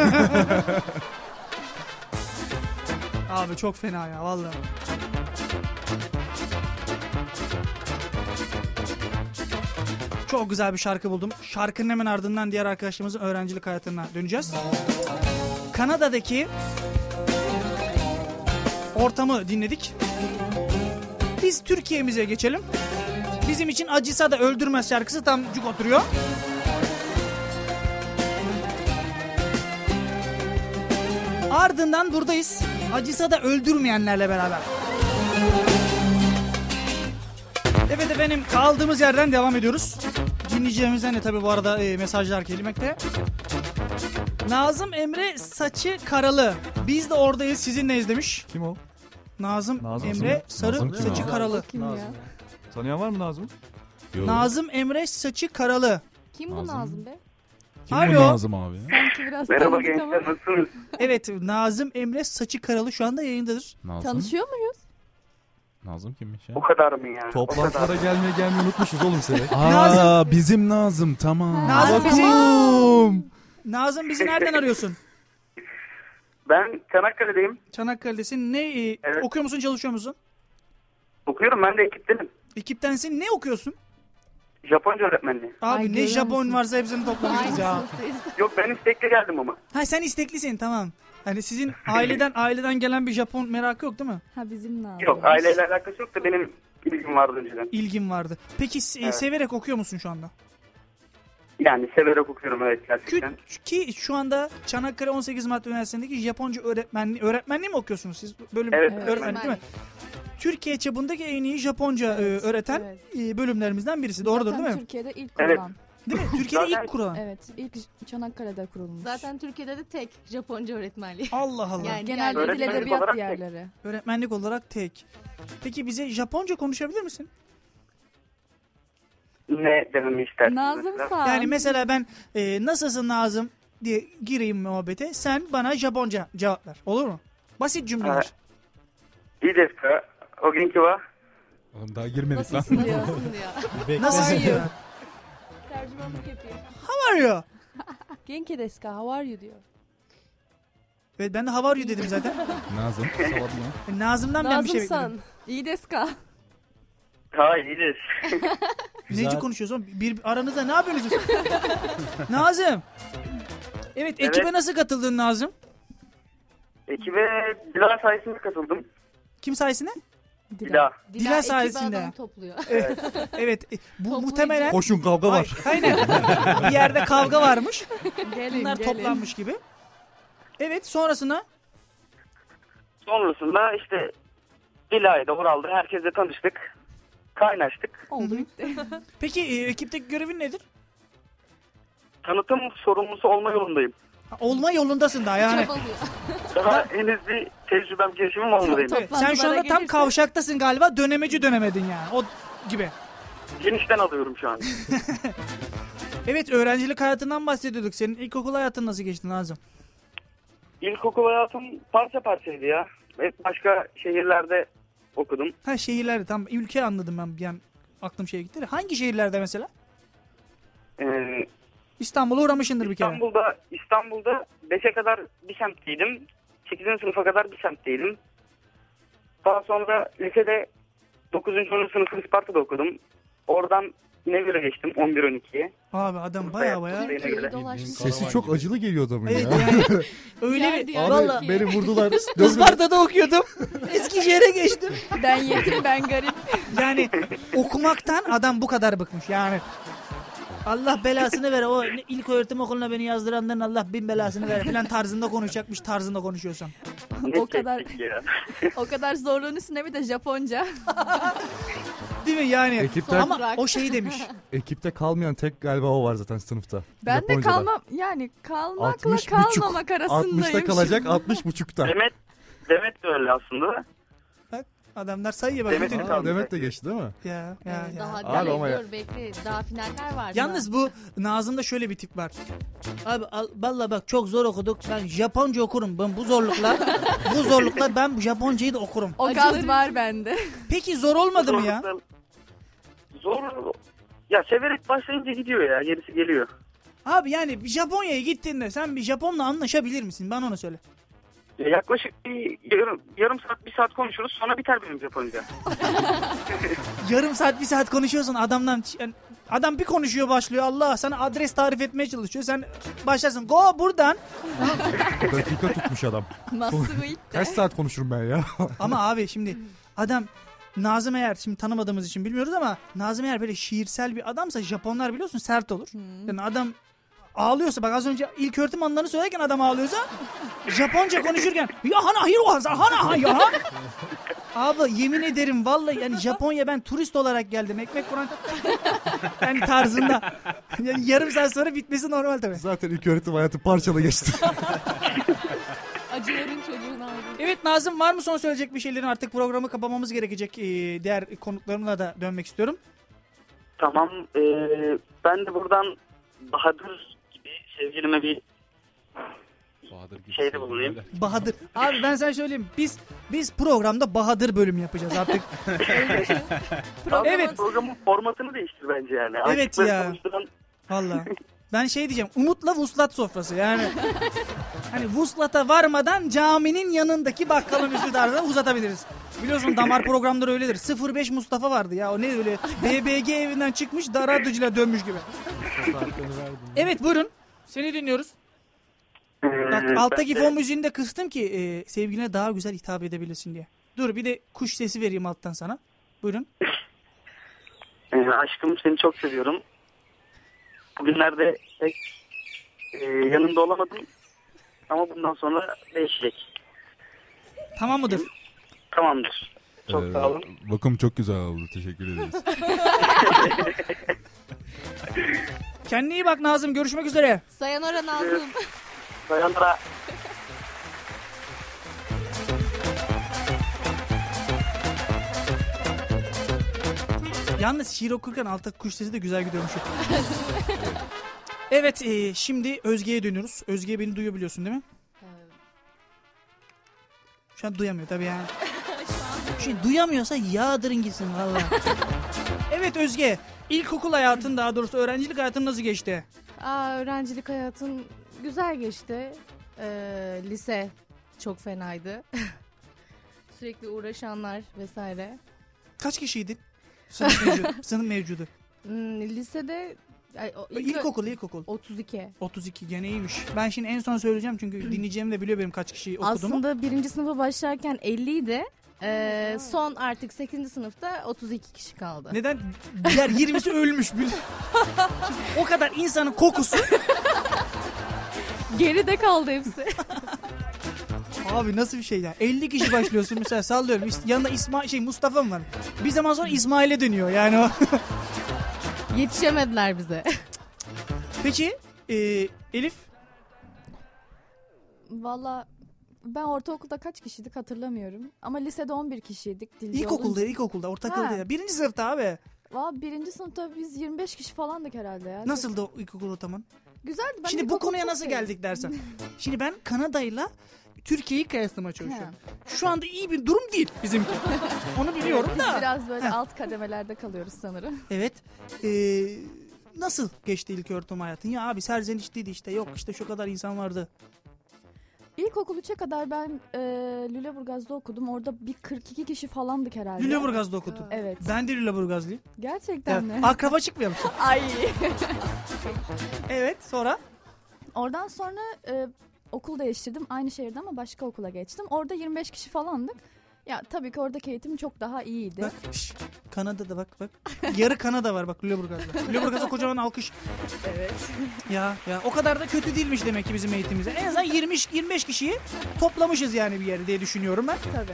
Abi çok fena ya vallahi. Çok güzel bir şarkı buldum. Şarkının hemen ardından diğer arkadaşlarımızın öğrencilik hayatına döneceğiz. Kanada'daki ortamı dinledik. Biz Türkiye'mize geçelim. Bizim için Acısa da Öldürmez şarkısı tam cuk oturuyor. Ardından buradayız. Acısa da öldürmeyenlerle beraber. Evet efendim, kaldığımız yerden devam ediyoruz. Dinleyicilerimizden de tabii bu arada e, mesajlar gelmekte. Nazım Emre saçı karalı. Biz de oradayız sizinleyiz demiş. Kim o? Nazım, Nazım Emre kim? sarı Nazım kim saçı abi? karalı. Kim ya? Tanıyan var mı Nazım? Yok. Nazım Emre saçı karalı. Kim bu Nazım. Nazım be? Kim Alo. bu Nazım abi ya? Sanki biraz Merhaba tanıdık ama. gençler, nasılsınız? Evet, Nazım Emre saçı karalı şu anda yayındadır. Nazım? Tanışıyor muyuz? Nazım kimmiş ya? O kadar mı ya? O Toplantılara kadar. gelmeye gelmeyi unutmuşuz oğlum seni. Aa, bizim Nazım tamam. Nazım bizi, Tamam. Nazım bizi nereden arıyorsun? Ben Çanakkale'deyim. Çanakkale'desin. Ne e, Evet. okuyor musun, çalışıyor musun? Okuyorum, ben de ekiptenim. Ekiptensin. Ne okuyorsun? Japonca öğretmenliği. Abi Ay, ne görüyor Japon musun? varsa hepsini toplamışız ya. Sınıftayız. Yok, ben istekli geldim ama. Ha sen isteklisin, tamam. Hani sizin aileden aileden gelen bir Japon merakı yok değil mi? Ha bizim Nazım. Yok, aileyle alakası yok da benim ilgim vardı önceden. İlgin vardı. Peki se- Evet. severek okuyor musun şu anda? Yani severek okuyorum, evet, gerçekten. Kü- Ki şu anda Çanakkale on sekiz Mart Üniversitesi'ndeki Japonca öğretmenliği, öğretmenliği mi okuyorsunuz siz? Bölüm Evet, öğretmenlik değil mi? Türkiye çapındaki en iyi Japonca e, öğreten evet. e, bölümlerimizden birisi. Doğrudur Zaten değil mi? Türkiye'de ilk Evet. kurulan. Değil mi? Türkiye'de Zaten- ilk kurulan. Evet, ilk Çanakkale'de kurulmuş. Zaten Türkiye'de de tek Japonca öğretmenliği. Allah Allah. Yani Genelde dil Öğretmenlik edebiyat olarak diğerleri. Öğretmenlik olarak tek. Peki bize Japonca konuşabilir misin? Ne dememi istersiniz Nazım mesela? sağ. Yani mesela ben e, nasılsın Nazım diye gireyim muhabbete. Sen bana Japonca cevap ver. Olur mu? Basit cümleler. Evet. İyi desu ka? O genki wa? Oğlum daha girmedik lan. Nasılsın diyor. Nasılsın diyor. Nasılsın? How are you? ya? Tercümanlık yapıyor. How are you? Genki desu ka? How are you diyor. Evet, ben de how are you dedim zaten. Nazım. E, Nazım'dan ben bir şey bekledim. Nazım-san. İyi deska. Ha, iyi desu. Neci konuşuyoruz oğlum? Bir, aranızda ne yapıyorsunuz? Nazım. Evet, ekibe Evet. nasıl katıldın Nazım? Ekibe Dila sayesinde katıldım. Kim sayesinde? Dila. Dila ekibi sayesinde. adamı topluyor. Evet, e, bu Toplayıcı. muhtemelen... Koşun kavga var. Ay, aynen. Bir yerde kavga varmış. Gelin Bunlar gelin. toplanmış gibi. Evet, sonrasında Sonrasında işte Dila ile Ural'da herkesle tanıştık. kaynaştık. Oldu bitti. Peki e, ekipteki görevin nedir? Tanıtım sorumlusu olma yolundayım. Ha, olma yolundasın daha yani. Daha henüz bir tecrübem, girişimim olmadı. Evet, sen şu anda tam kavşaktasın galiba, dönemeci dönemedin yani. O gibi. Genişten alıyorum şu an. Evet, öğrencilik hayatından bahsediyorduk. Senin ilkokul hayatın nasıl geçti Nazım? İlkokul hayatım parça parçaydı ya. Hep başka şehirlerde okudum. Ha, şehirlerde tam ülke anladım ben, yani aklım şeye gitti. Hangi şehirlerde mesela? Ee, İstanbul'a uğramışsındır bir kere. İstanbul'da İstanbul'da beşe kadar bir semtteydim. sekizinci sınıfa kadar bir semtteydim. Daha sonra lisede dokuzuncu onuncu sınıfı Isparta'da okudum. Oradan İnegöl'e geçtim on bir on ikiye. Abi adam baya baya. Sesi çok acılı geliyor adamın Evet ya. yani. Öyle mi? Abi Valla. beni vurdular. Isparta'da okuyordum. Eskişehir'e geçtim. Ben yetim, ben garip. Yani okumaktan adam bu kadar bıkmış yani. Allah belasını ver. O ilk öğretim okuluna beni yazdıranların Allah bin belasını ver falan tarzında konuşacakmış, tarzında konuşuyorsan. o kadar o kadar zorluğun üstüne bir de Japonca. Değil mi yani? Ekipten- Ama o şeyi demiş. Ekipte kalmayan tek galiba o var zaten sınıfta. Ben de Japonca'da. kalmam yani kalmakla altmış buçuk. kalmamak arasındayım. altmışta kalacak, altmış buçukta. Demet, Demet de öyle aslında. Bak adamlar sayıyor bak. Demet, bütün- Aa, Demet de geçti değil mi? Ya ya ya. Daha Abi ama ya- dur bekle. Daha finaller var. Yalnız bu Nazım'da şöyle bir tip var. Abi al, valla bak çok zor okuduk. Ben Japonca okurum. Ben bu zorlukla bu zorlukla ben bu Japoncayı da okurum. O gaz var bende. Peki zor olmadı mı ya? Zor. Ya severek başlayınca gidiyor ya. Gerisi geliyor. Abi yani Japonya'ya gittiğinde sen bir Japonla anlaşabilir misin? Bana onu söyle. Ya yaklaşık bir yarım, yarım saat bir saat konuşuruz sonra biter benim Japonca. Yarım saat bir saat konuşuyorsun adamdan. Yani adam bir konuşuyor başlıyor. Allah sana adres tarif etmeye çalışıyor. Sen başlarsın. Go buradan. Dakika tutmuş adam. Nasıl bu itti? Kaç saat konuşurum ben ya? Ama abi şimdi adam Nazım eğer şimdi tanımadığımız için bilmiyoruz ama Nazım eğer böyle şiirsel bir adamsa Japonlar biliyorsun sert olur. Yani adam ağlıyorsa bak az önce ilk öğretim anlarını söylerken adam ağlıyorsa Japonca konuşurken ya hana hiro hana ya. Abi yemin ederim vallahi yani Japonya ben turist olarak geldim ekmek kuran yani tarzında. Yani yarım saat sonra bitmesi normal tabii. Zaten ilk öğretim hayatı parçalı geçti. Acıların çocuğunu aldım. Evet Nazım var mı son söyleyecek bir şeylerin, artık programı kapamamız gerekecek. Ee, diğer konuklarımla da dönmek istiyorum. Tamam. E, ben de buradan Bahadır gibi sevgilime bir şeyde bulunayım. Bahadır. Abi ben sana söyleyeyim. Biz biz programda Bahadır bölümü yapacağız artık. Evet. Programın formatını değiştir bence yani. Evet Aşıkları ya. konuşturan- Valla. Ben şey diyeceğim. Umut'la vuslat sofrası yani. Hani vuslata varmadan caminin yanındaki bakkalın üstü tarzına uzatabiliriz. Biliyorsun damar programları öyledir. sıfır beş Mustafa vardı ya. O ne öyle B B G evinden çıkmış da radyocuyla dönmüş gibi. Evet buyurun. Seni dinliyoruz. Bak Ee, alttaki ben de- fon müziğini de kıstım ki e, sevgiline daha güzel hitap edebilirsin diye. Dur bir de kuş sesi vereyim alttan sana. Buyurun. Ee, aşkım seni çok seviyorum. Bugünlerde pek e, yanında olamadım. Ama bundan sonra değişecek. Tamam mıdır? Tamamdır. Çok Ee, sağ olun. Bakım çok güzel oldu. Teşekkür ederiz. Kendine iyi bak Nazım. Görüşmek üzere. Sayonara Nazım. Sayonara. Yalnız şiir okurken altta kuş sesi de güzel gidiyormuş. Evet e, şimdi Özge'ye dönüyoruz. Özge beni duyuyor biliyorsun değil mi? Şu an duyamıyor tabii yani. Şimdi duyamıyorsa yağdırın gitsin valla. Evet Özge, ilkokul hayatın, daha doğrusu öğrencilik hayatın nasıl geçti? Aa, öğrencilik hayatım güzel geçti. Ee, lise çok fenaydı. Sürekli uğraşanlar vesaire. Kaç kişiydin? Sınıf mevcudu. Sınıf mevcudu. Hmm, lisede ay, o, ilk- İlkokul, ilkokul. otuz iki. otuz iki gene iyiymiş. Ben şimdi en son söyleyeceğim çünkü dinleyeceğim de biliyor benim kaç kişi okuduğumu. Aslında birinci sınıfa başlarken elli idi. Ee, son artık sekizinci sınıfta otuz iki kişi kaldı. Neden? Diğer yirmisi ölmüş. Şimdi o kadar insanın kokusu. Geride kaldı hepsi. Abi nasıl bir şey ya? elli kişi başlıyorsun mesela sallıyorum. İs- Yanında İsmail şey Mustafa mı var? Bir zaman sonra İsmail'e dönüyor yani o. Yetişemediler bize. Peki e, Elif? Valla ben ortaokulda kaç kişiydik hatırlamıyorum. Ama lisede on bir kişiydik. Dilci İlkokulda, olunca. ilkokulda, ortaokulda Ha. ya. Birinci sınıfta abi. Valla birinci sınıfta biz yirmi beş kişi falandık herhalde ya. Nasıldı o ilkokul ortamın? Güzeldi. Ben Şimdi bu ilkokulu konuya çok nasıl sevdim. geldik dersen. Şimdi ben Kanada'yla Türkiye'yi kıyaslamaya çalışıyorum. Şu anda iyi bir durum değil bizimki. Onu biliyorum Biz da. biraz böyle Heh. alt kademelerde kalıyoruz sanırım. Evet. Ee, nasıl geçti ilk öğretim hayatın? Ya abi serzenişliydi işte. Yok işte şu kadar insan vardı. İlkokul üçe kadar ben e, Lüleburgaz'da okudum. Orada bir kırk iki kişi falandık herhalde. Lüleburgaz'da okudun. Evet. Ben de Lüleburgazlıyım. Gerçekten Ya, mi? akraba çıkmıyor musun? Ay. Evet sonra? Oradan sonra e, okul değiştirdim. Aynı şehirde ama başka okula geçtim. Orada yirmi beş kişi falandık. Ya tabii ki oradaki eğitim çok daha iyiydi. Bak şş, Kanada'da bak bak. Yarı Kanada var bak Lüleburgaz'da. Lüleburgaz'a kocaman alkış. Evet. Ya ya o kadar da kötü değilmiş demek ki bizim eğitimimize. En azından yirmi yirmi beş kişiyi toplamışız yani bir yere diye düşünüyorum ben. Tabii.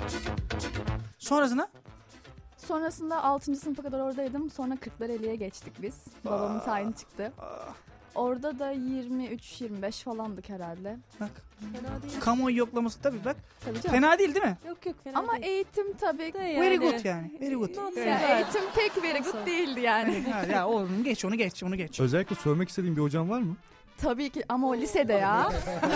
Sonrasında? Sonrasında altıncı sınıfa kadar oradaydım. Sonra Kırklareli'ye geçtik biz. Babamın tayini çıktı. Orada da yirmi üç yirmi beş falandık herhalde. Bak. Fena değil. Kamuoyu yoklaması tabii bak. Tabii canım. Fena değil değil mi? Yok yok fena Ama değil. eğitim tabii. Very good yani. Very good. Not Ya, bad. eğitim pek very good değildi yani. Ha, ya oğlum geç onu geç onu geç. Özellikle söylemek istediğin bir hocam var mı? Tabii ki ama o lisede ya.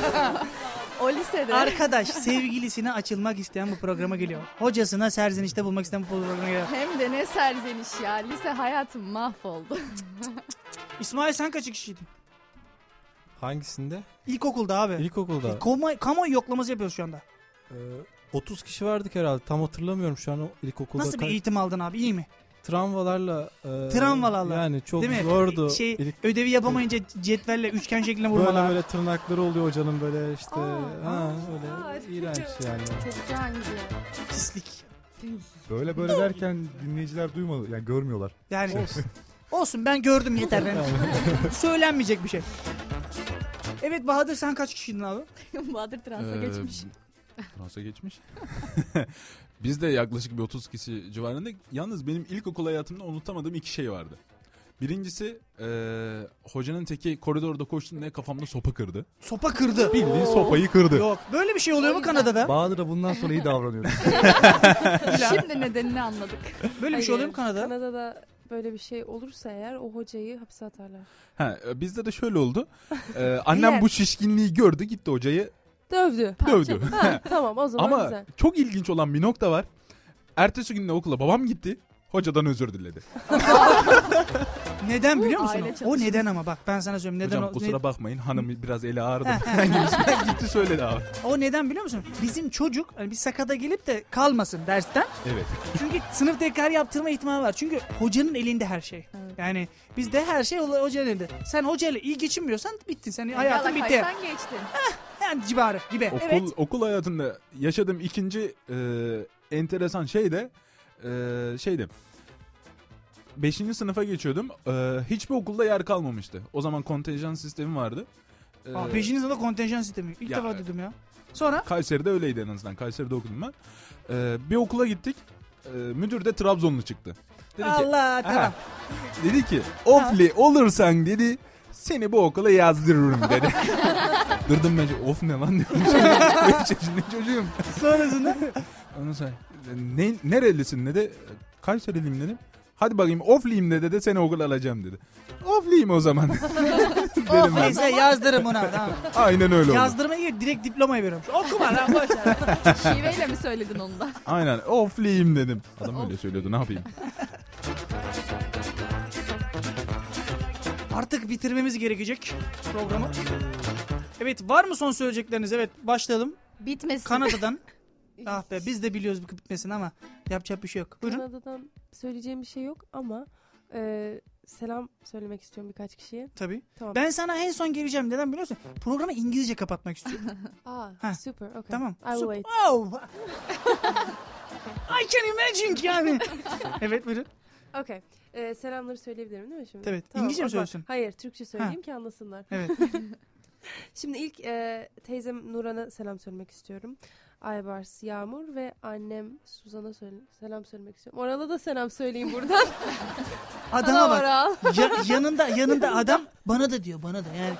O lisede. Arkadaş sevgilisine açılmak isteyen bu programa geliyor. Hocasına serzenişte bulmak isteyen bu programa geliyor. Hem de ne serzeniş ya. Lise hayatım mahvoldu. İsmail sen kaç kişiydin? Hangisinde? İlkokulda abi. İlkokulda. Kamu, kamuoyu yoklaması yapıyoruz şu anda. Ee, otuz kişi vardık herhalde. Tam hatırlamıyorum şu an o ilkokulda. Nasıl bir kaç- eğitim aldın abi iyi mi? Travmalarla. E, Travmalarla. Yani çok Değil mi? zordu. Şey, İlk- ödevi yapamayınca cetvelle üçgen şeklinde Böyle vurmalar. böyle tırnakları oluyor hocanın böyle işte. Aa, ha aa, öyle iğrenç yani. Çok can gidiyor. Pislik. Böyle böyle derken dinleyiciler duymadı yani görmüyorlar. Yani olsun. Olsun ben gördüm yeter benim. Söylenmeyecek bir şey. Evet Bahadır sen kaç kişiydin abi? Bahadır transa Ee, geçmiş. Fransa geçmiş. Biz de yaklaşık bir otuz kişi civarında. Yalnız benim ilkokul hayatımda unutamadığım iki şey vardı. Birincisi e, hocanın teki koridorda koştuğunda kafamda sopa kırdı. Sopa kırdı. Bildiğin sopayı kırdı. Yok böyle bir şey oluyor mu Kanada'da? Bahadır da bundan sonra iyi davranıyor. Şimdi nedenini anladık. Böyle bir şey oluyor mu Kanada? Kanada'da böyle bir şey olursa eğer o hocayı hapse atarlar. Ha, e, bizde de şöyle oldu. E, annem bu şişkinliği gördü, gitti hocayı Dövdü. dövdü. Ha, tamam o zaman Ama güzel. çok ilginç olan bir nokta var. Ertesi gün de okula babam gitti. Hocadan özür diledi. Neden biliyor musun? Aile O, o çalışması. neden ama bak ben sana söyleyeyim. Neden Hocam o, kusura ne- bakmayın hanım biraz eli ağrıdı. Yani gitti söyledi abi. o neden biliyor musun? Bizim çocuk hani bir sakata gelip de kalmasın dersten. Evet. Çünkü sınıf tekrar yaptırma ihtimali var. Çünkü hocanın elinde her şey. Yani bizde her şey ho- hocanın elinde. Sen hocayla iyi geçinmiyorsan bittin. Senin hayatın bitti. Yalakaysan geçtin. Yani civarı gibi. Okul, Evet. okul hayatında yaşadığım ikinci e, enteresan şey de e, şeydi. Beşinci sınıfa geçiyordum. E, hiçbir okulda yer kalmamıştı. O zaman kontenjan sistemi vardı. E, Aa, beşinci sınıfta kontenjan sistemi. İlk Ya, defa duydum ya. Sonra? Kayseri'de öyleydi en azından. Kayseri'de okudum ben. E, bir okula gittik. E, müdür de Trabzonlu çıktı. Dedi ki, Allah tamam. "Aha." Dedi ki ofli olursan dedi seni bu okula yazdırırım dedi. Dırdım ben of ne lan diyorum. beş yaşında çocuğum. Sonrasında? Ondan sonra ne, nerelisin dedi. Kayseriliyim dedim. Hadi bakayım ofliyim dedi de seni okula alacağım dedi. Ofliyim o zaman. Of neyse yazdırırım ona. Tamam. Aynen öyle oldu. Yazdırmayı değil, direkt diplomayı veriyorum. Okuma lan boş ver. Şiveyle mi söyledin onu da? Aynen ofliyim dedim. Adam öyle söylüyordu ne yapayım. Artık bitirmemiz gerekecek programı. Evet var mı son söyleyecekleriniz? Evet başlayalım. Bitmesin. Kanada'dan. Ah be biz de biliyoruz bu bitmesini ama yapacak bir şey yok. Buyurun. Kanada'dan söyleyeceğim bir şey yok ama e, selam söylemek istiyorum birkaç kişiye. Tabii. Tamam. Ben sana en son geleceğim. Neden biliyor musun? Programı İngilizce kapatmak istiyorum. Aa, Ha. super. Okay. Tamam. I will Super. wait. Oh. I can imagine yani. Evet buyurun. Okay. Ee, selamları söyleyebilirim değil mi şimdi? Evet. Tamam, İngilizce mi o zaman- söylüyorsun? Hayır, Türkçe söyleyeyim ki anlasınlar. Evet. Şimdi ilk e, teyzem Nuran'a selam söylemek istiyorum. Aybars, Yağmur ve annem Suzan'a söyle, selam söylemek istiyorum. Oral'a da selam söyleyeyim buradan. Adama Ana bak. Oral. Ya, yanında yanında adam bana da diyor bana da yani.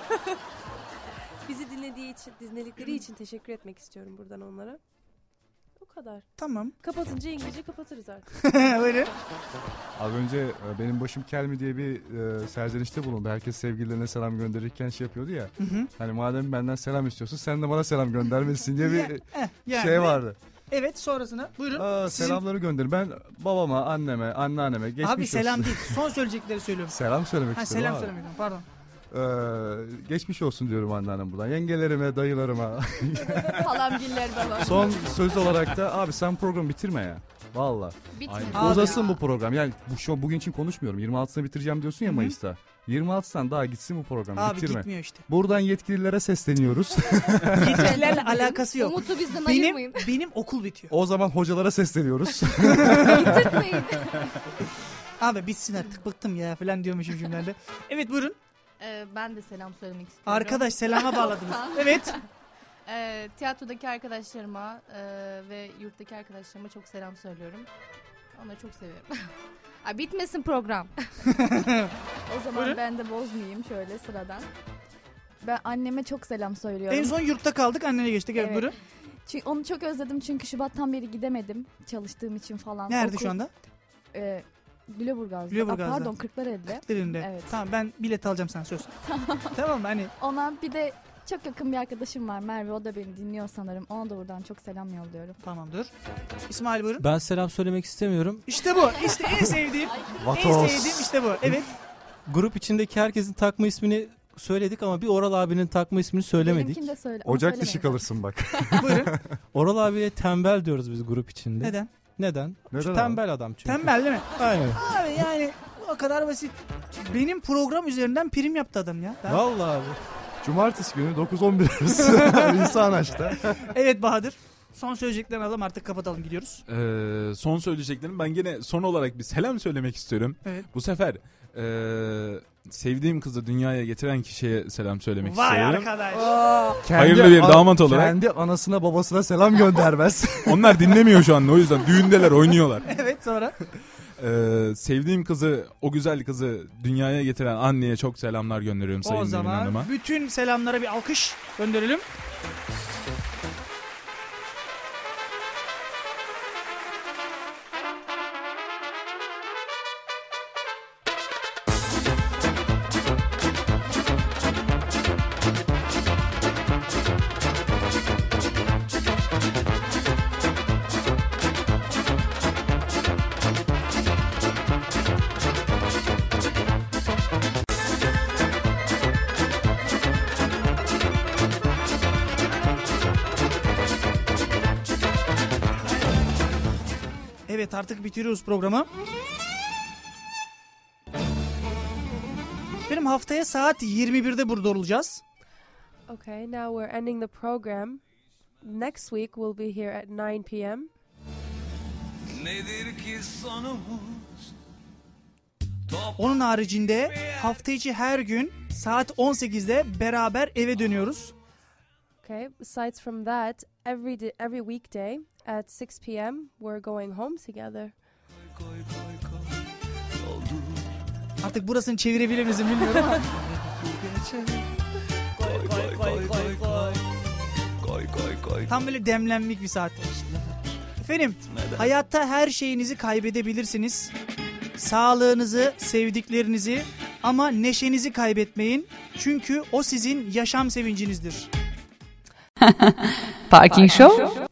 Bizi dinlediği için, dinledikleri için teşekkür etmek istiyorum buradan onlara. O kadar. Tamam. Kapatınca İngilizce kapatırız artık. Öyle. Az önce e, benim başım kel mi diye bir e, serzenişte bulundu. Herkes sevgililerine selam gönderirken şey yapıyordu ya. Hı hı. Hani madem benden selam istiyorsun sen de bana selam göndermelisin diye bir Ya, eh, yani. şey vardı. Evet sonrasına buyurun. Aa, Sizin- selamları gönderin. Ben babama, anneme, anneanneme geçmiş Abi selam olsun. değil. Son söyleyecekleri söylüyorum. Selam söylemek ha, istiyorum selam abi. söylemedim pardon. Ee, geçmiş olsun diyorum anneannem buradan. Yengelerime, dayılarıma. Halamgiller falan. Son söz olarak da abi sen programı bitirme ya. Valla. Bitmedi. Uzasın bu program. Yani bu show bugün için konuşmuyorum. yirmi altısına bitireceğim diyorsun ya Hı hı. Mayıs'ta. yirmi altısından daha gitsin bu program. Abi bitirme. gitmiyor işte. Buradan yetkililere sesleniyoruz. Yetkililerle alakası yok. Umut'u bizden benim, ayırmayın. benim okul bitiyor. O zaman hocalara sesleniyoruz. Bitirmeyin. Abi bitsin artık bıktım ya falan diyormuşum cümlende. Evet buyurun. Ee, ben de selam söylemek istiyorum. Arkadaş selama bağladınız. Evet. Ee, tiyatrodaki arkadaşlarıma e, ve yurttaki arkadaşlarıma çok selam söylüyorum. Onları çok seviyorum. Ay, bitmesin program. O zaman ben de bozmayayım şöyle sıradan. Ben anneme çok selam söylüyorum. En son yurtta kaldık annene geçtik. Evet, Evet. buyurun. Çünkü onu çok özledim çünkü Şubat'tan beri gidemedim çalıştığım için falan. Nerede Okul- şu anda? Ee, Lüleburgaz'da. Lüleburgaz'da. Aa, pardon Kırklareli'de. Kırklareli'nde. Evet. Tamam ben bilet alacağım sana söz. Tamam mı hani? Ona bir de çok yakın bir arkadaşım var Merve, o da beni dinliyor sanırım. Ona da buradan çok selam yolluyorum. Tamamdır. İsmail buyurun. Ben selam söylemek istemiyorum. İşte bu. İşte en sevdiğim. en Vatos. sevdiğim işte bu. Evet. Grup içindeki herkesin takma ismini söyledik ama bir Oral abinin takma ismini söylemedik. Benimkini de söyle. ama Ocak söylemeyin. dışı kalırsın bak. Buyurun. Oral abiye tembel diyoruz biz grup içinde. Neden? Neden? Neden Şu abi? tembel adam çünkü. Tembel değil mi? Aynen. Abi yani o kadar basit. Benim program üzerinden prim yaptı adam ya. Ben- Vallahi abi. Cumartesi günü dokuz on bir arası İnsan açta. Evet Bahadır. Son söyleyeceklerini alalım artık kapatalım gidiyoruz. Ee, son söyleyeceklerim ben gene son olarak bir selam söylemek istiyorum. Evet. Bu sefer ee, sevdiğim kızı dünyaya getiren kişiye selam söylemek Vay istiyorum. arkadaş. Hayırlı bir an- damat olarak. Kendi anasına babasına selam göndermez. Onlar dinlemiyor şu an, o yüzden düğündeler, oynuyorlar. Evet sonra. Ee, sevdiğim kızı, o güzel kızı dünyaya getiren anneye çok selamlar gönderiyorum Sayın O Nevin zaman Hanım'a. bütün selamlara bir alkış gönderelim. Evet artık bitiriyoruz programı. Benim haftaya saat yirmi birde burada olacağız. Okay, now we're ending the program. Next week we'll be here at nine p.m. Nedir ki sonumuz? Onun haricinde hafta içi her gün saat on sekizde beraber eve dönüyoruz. Okay, besides from that, every di- every weekday at six p.m. we're going home together. Artık burasını çevirebilir misin bilmiyorum ama. Tam böyle demlenmiş bir saat. Efendim, hayatta her şeyinizi kaybedebilirsiniz. Sağlığınızı, sevdiklerinizi ama neşenizi kaybetmeyin. Çünkü o sizin yaşam sevincinizdir. Parking Show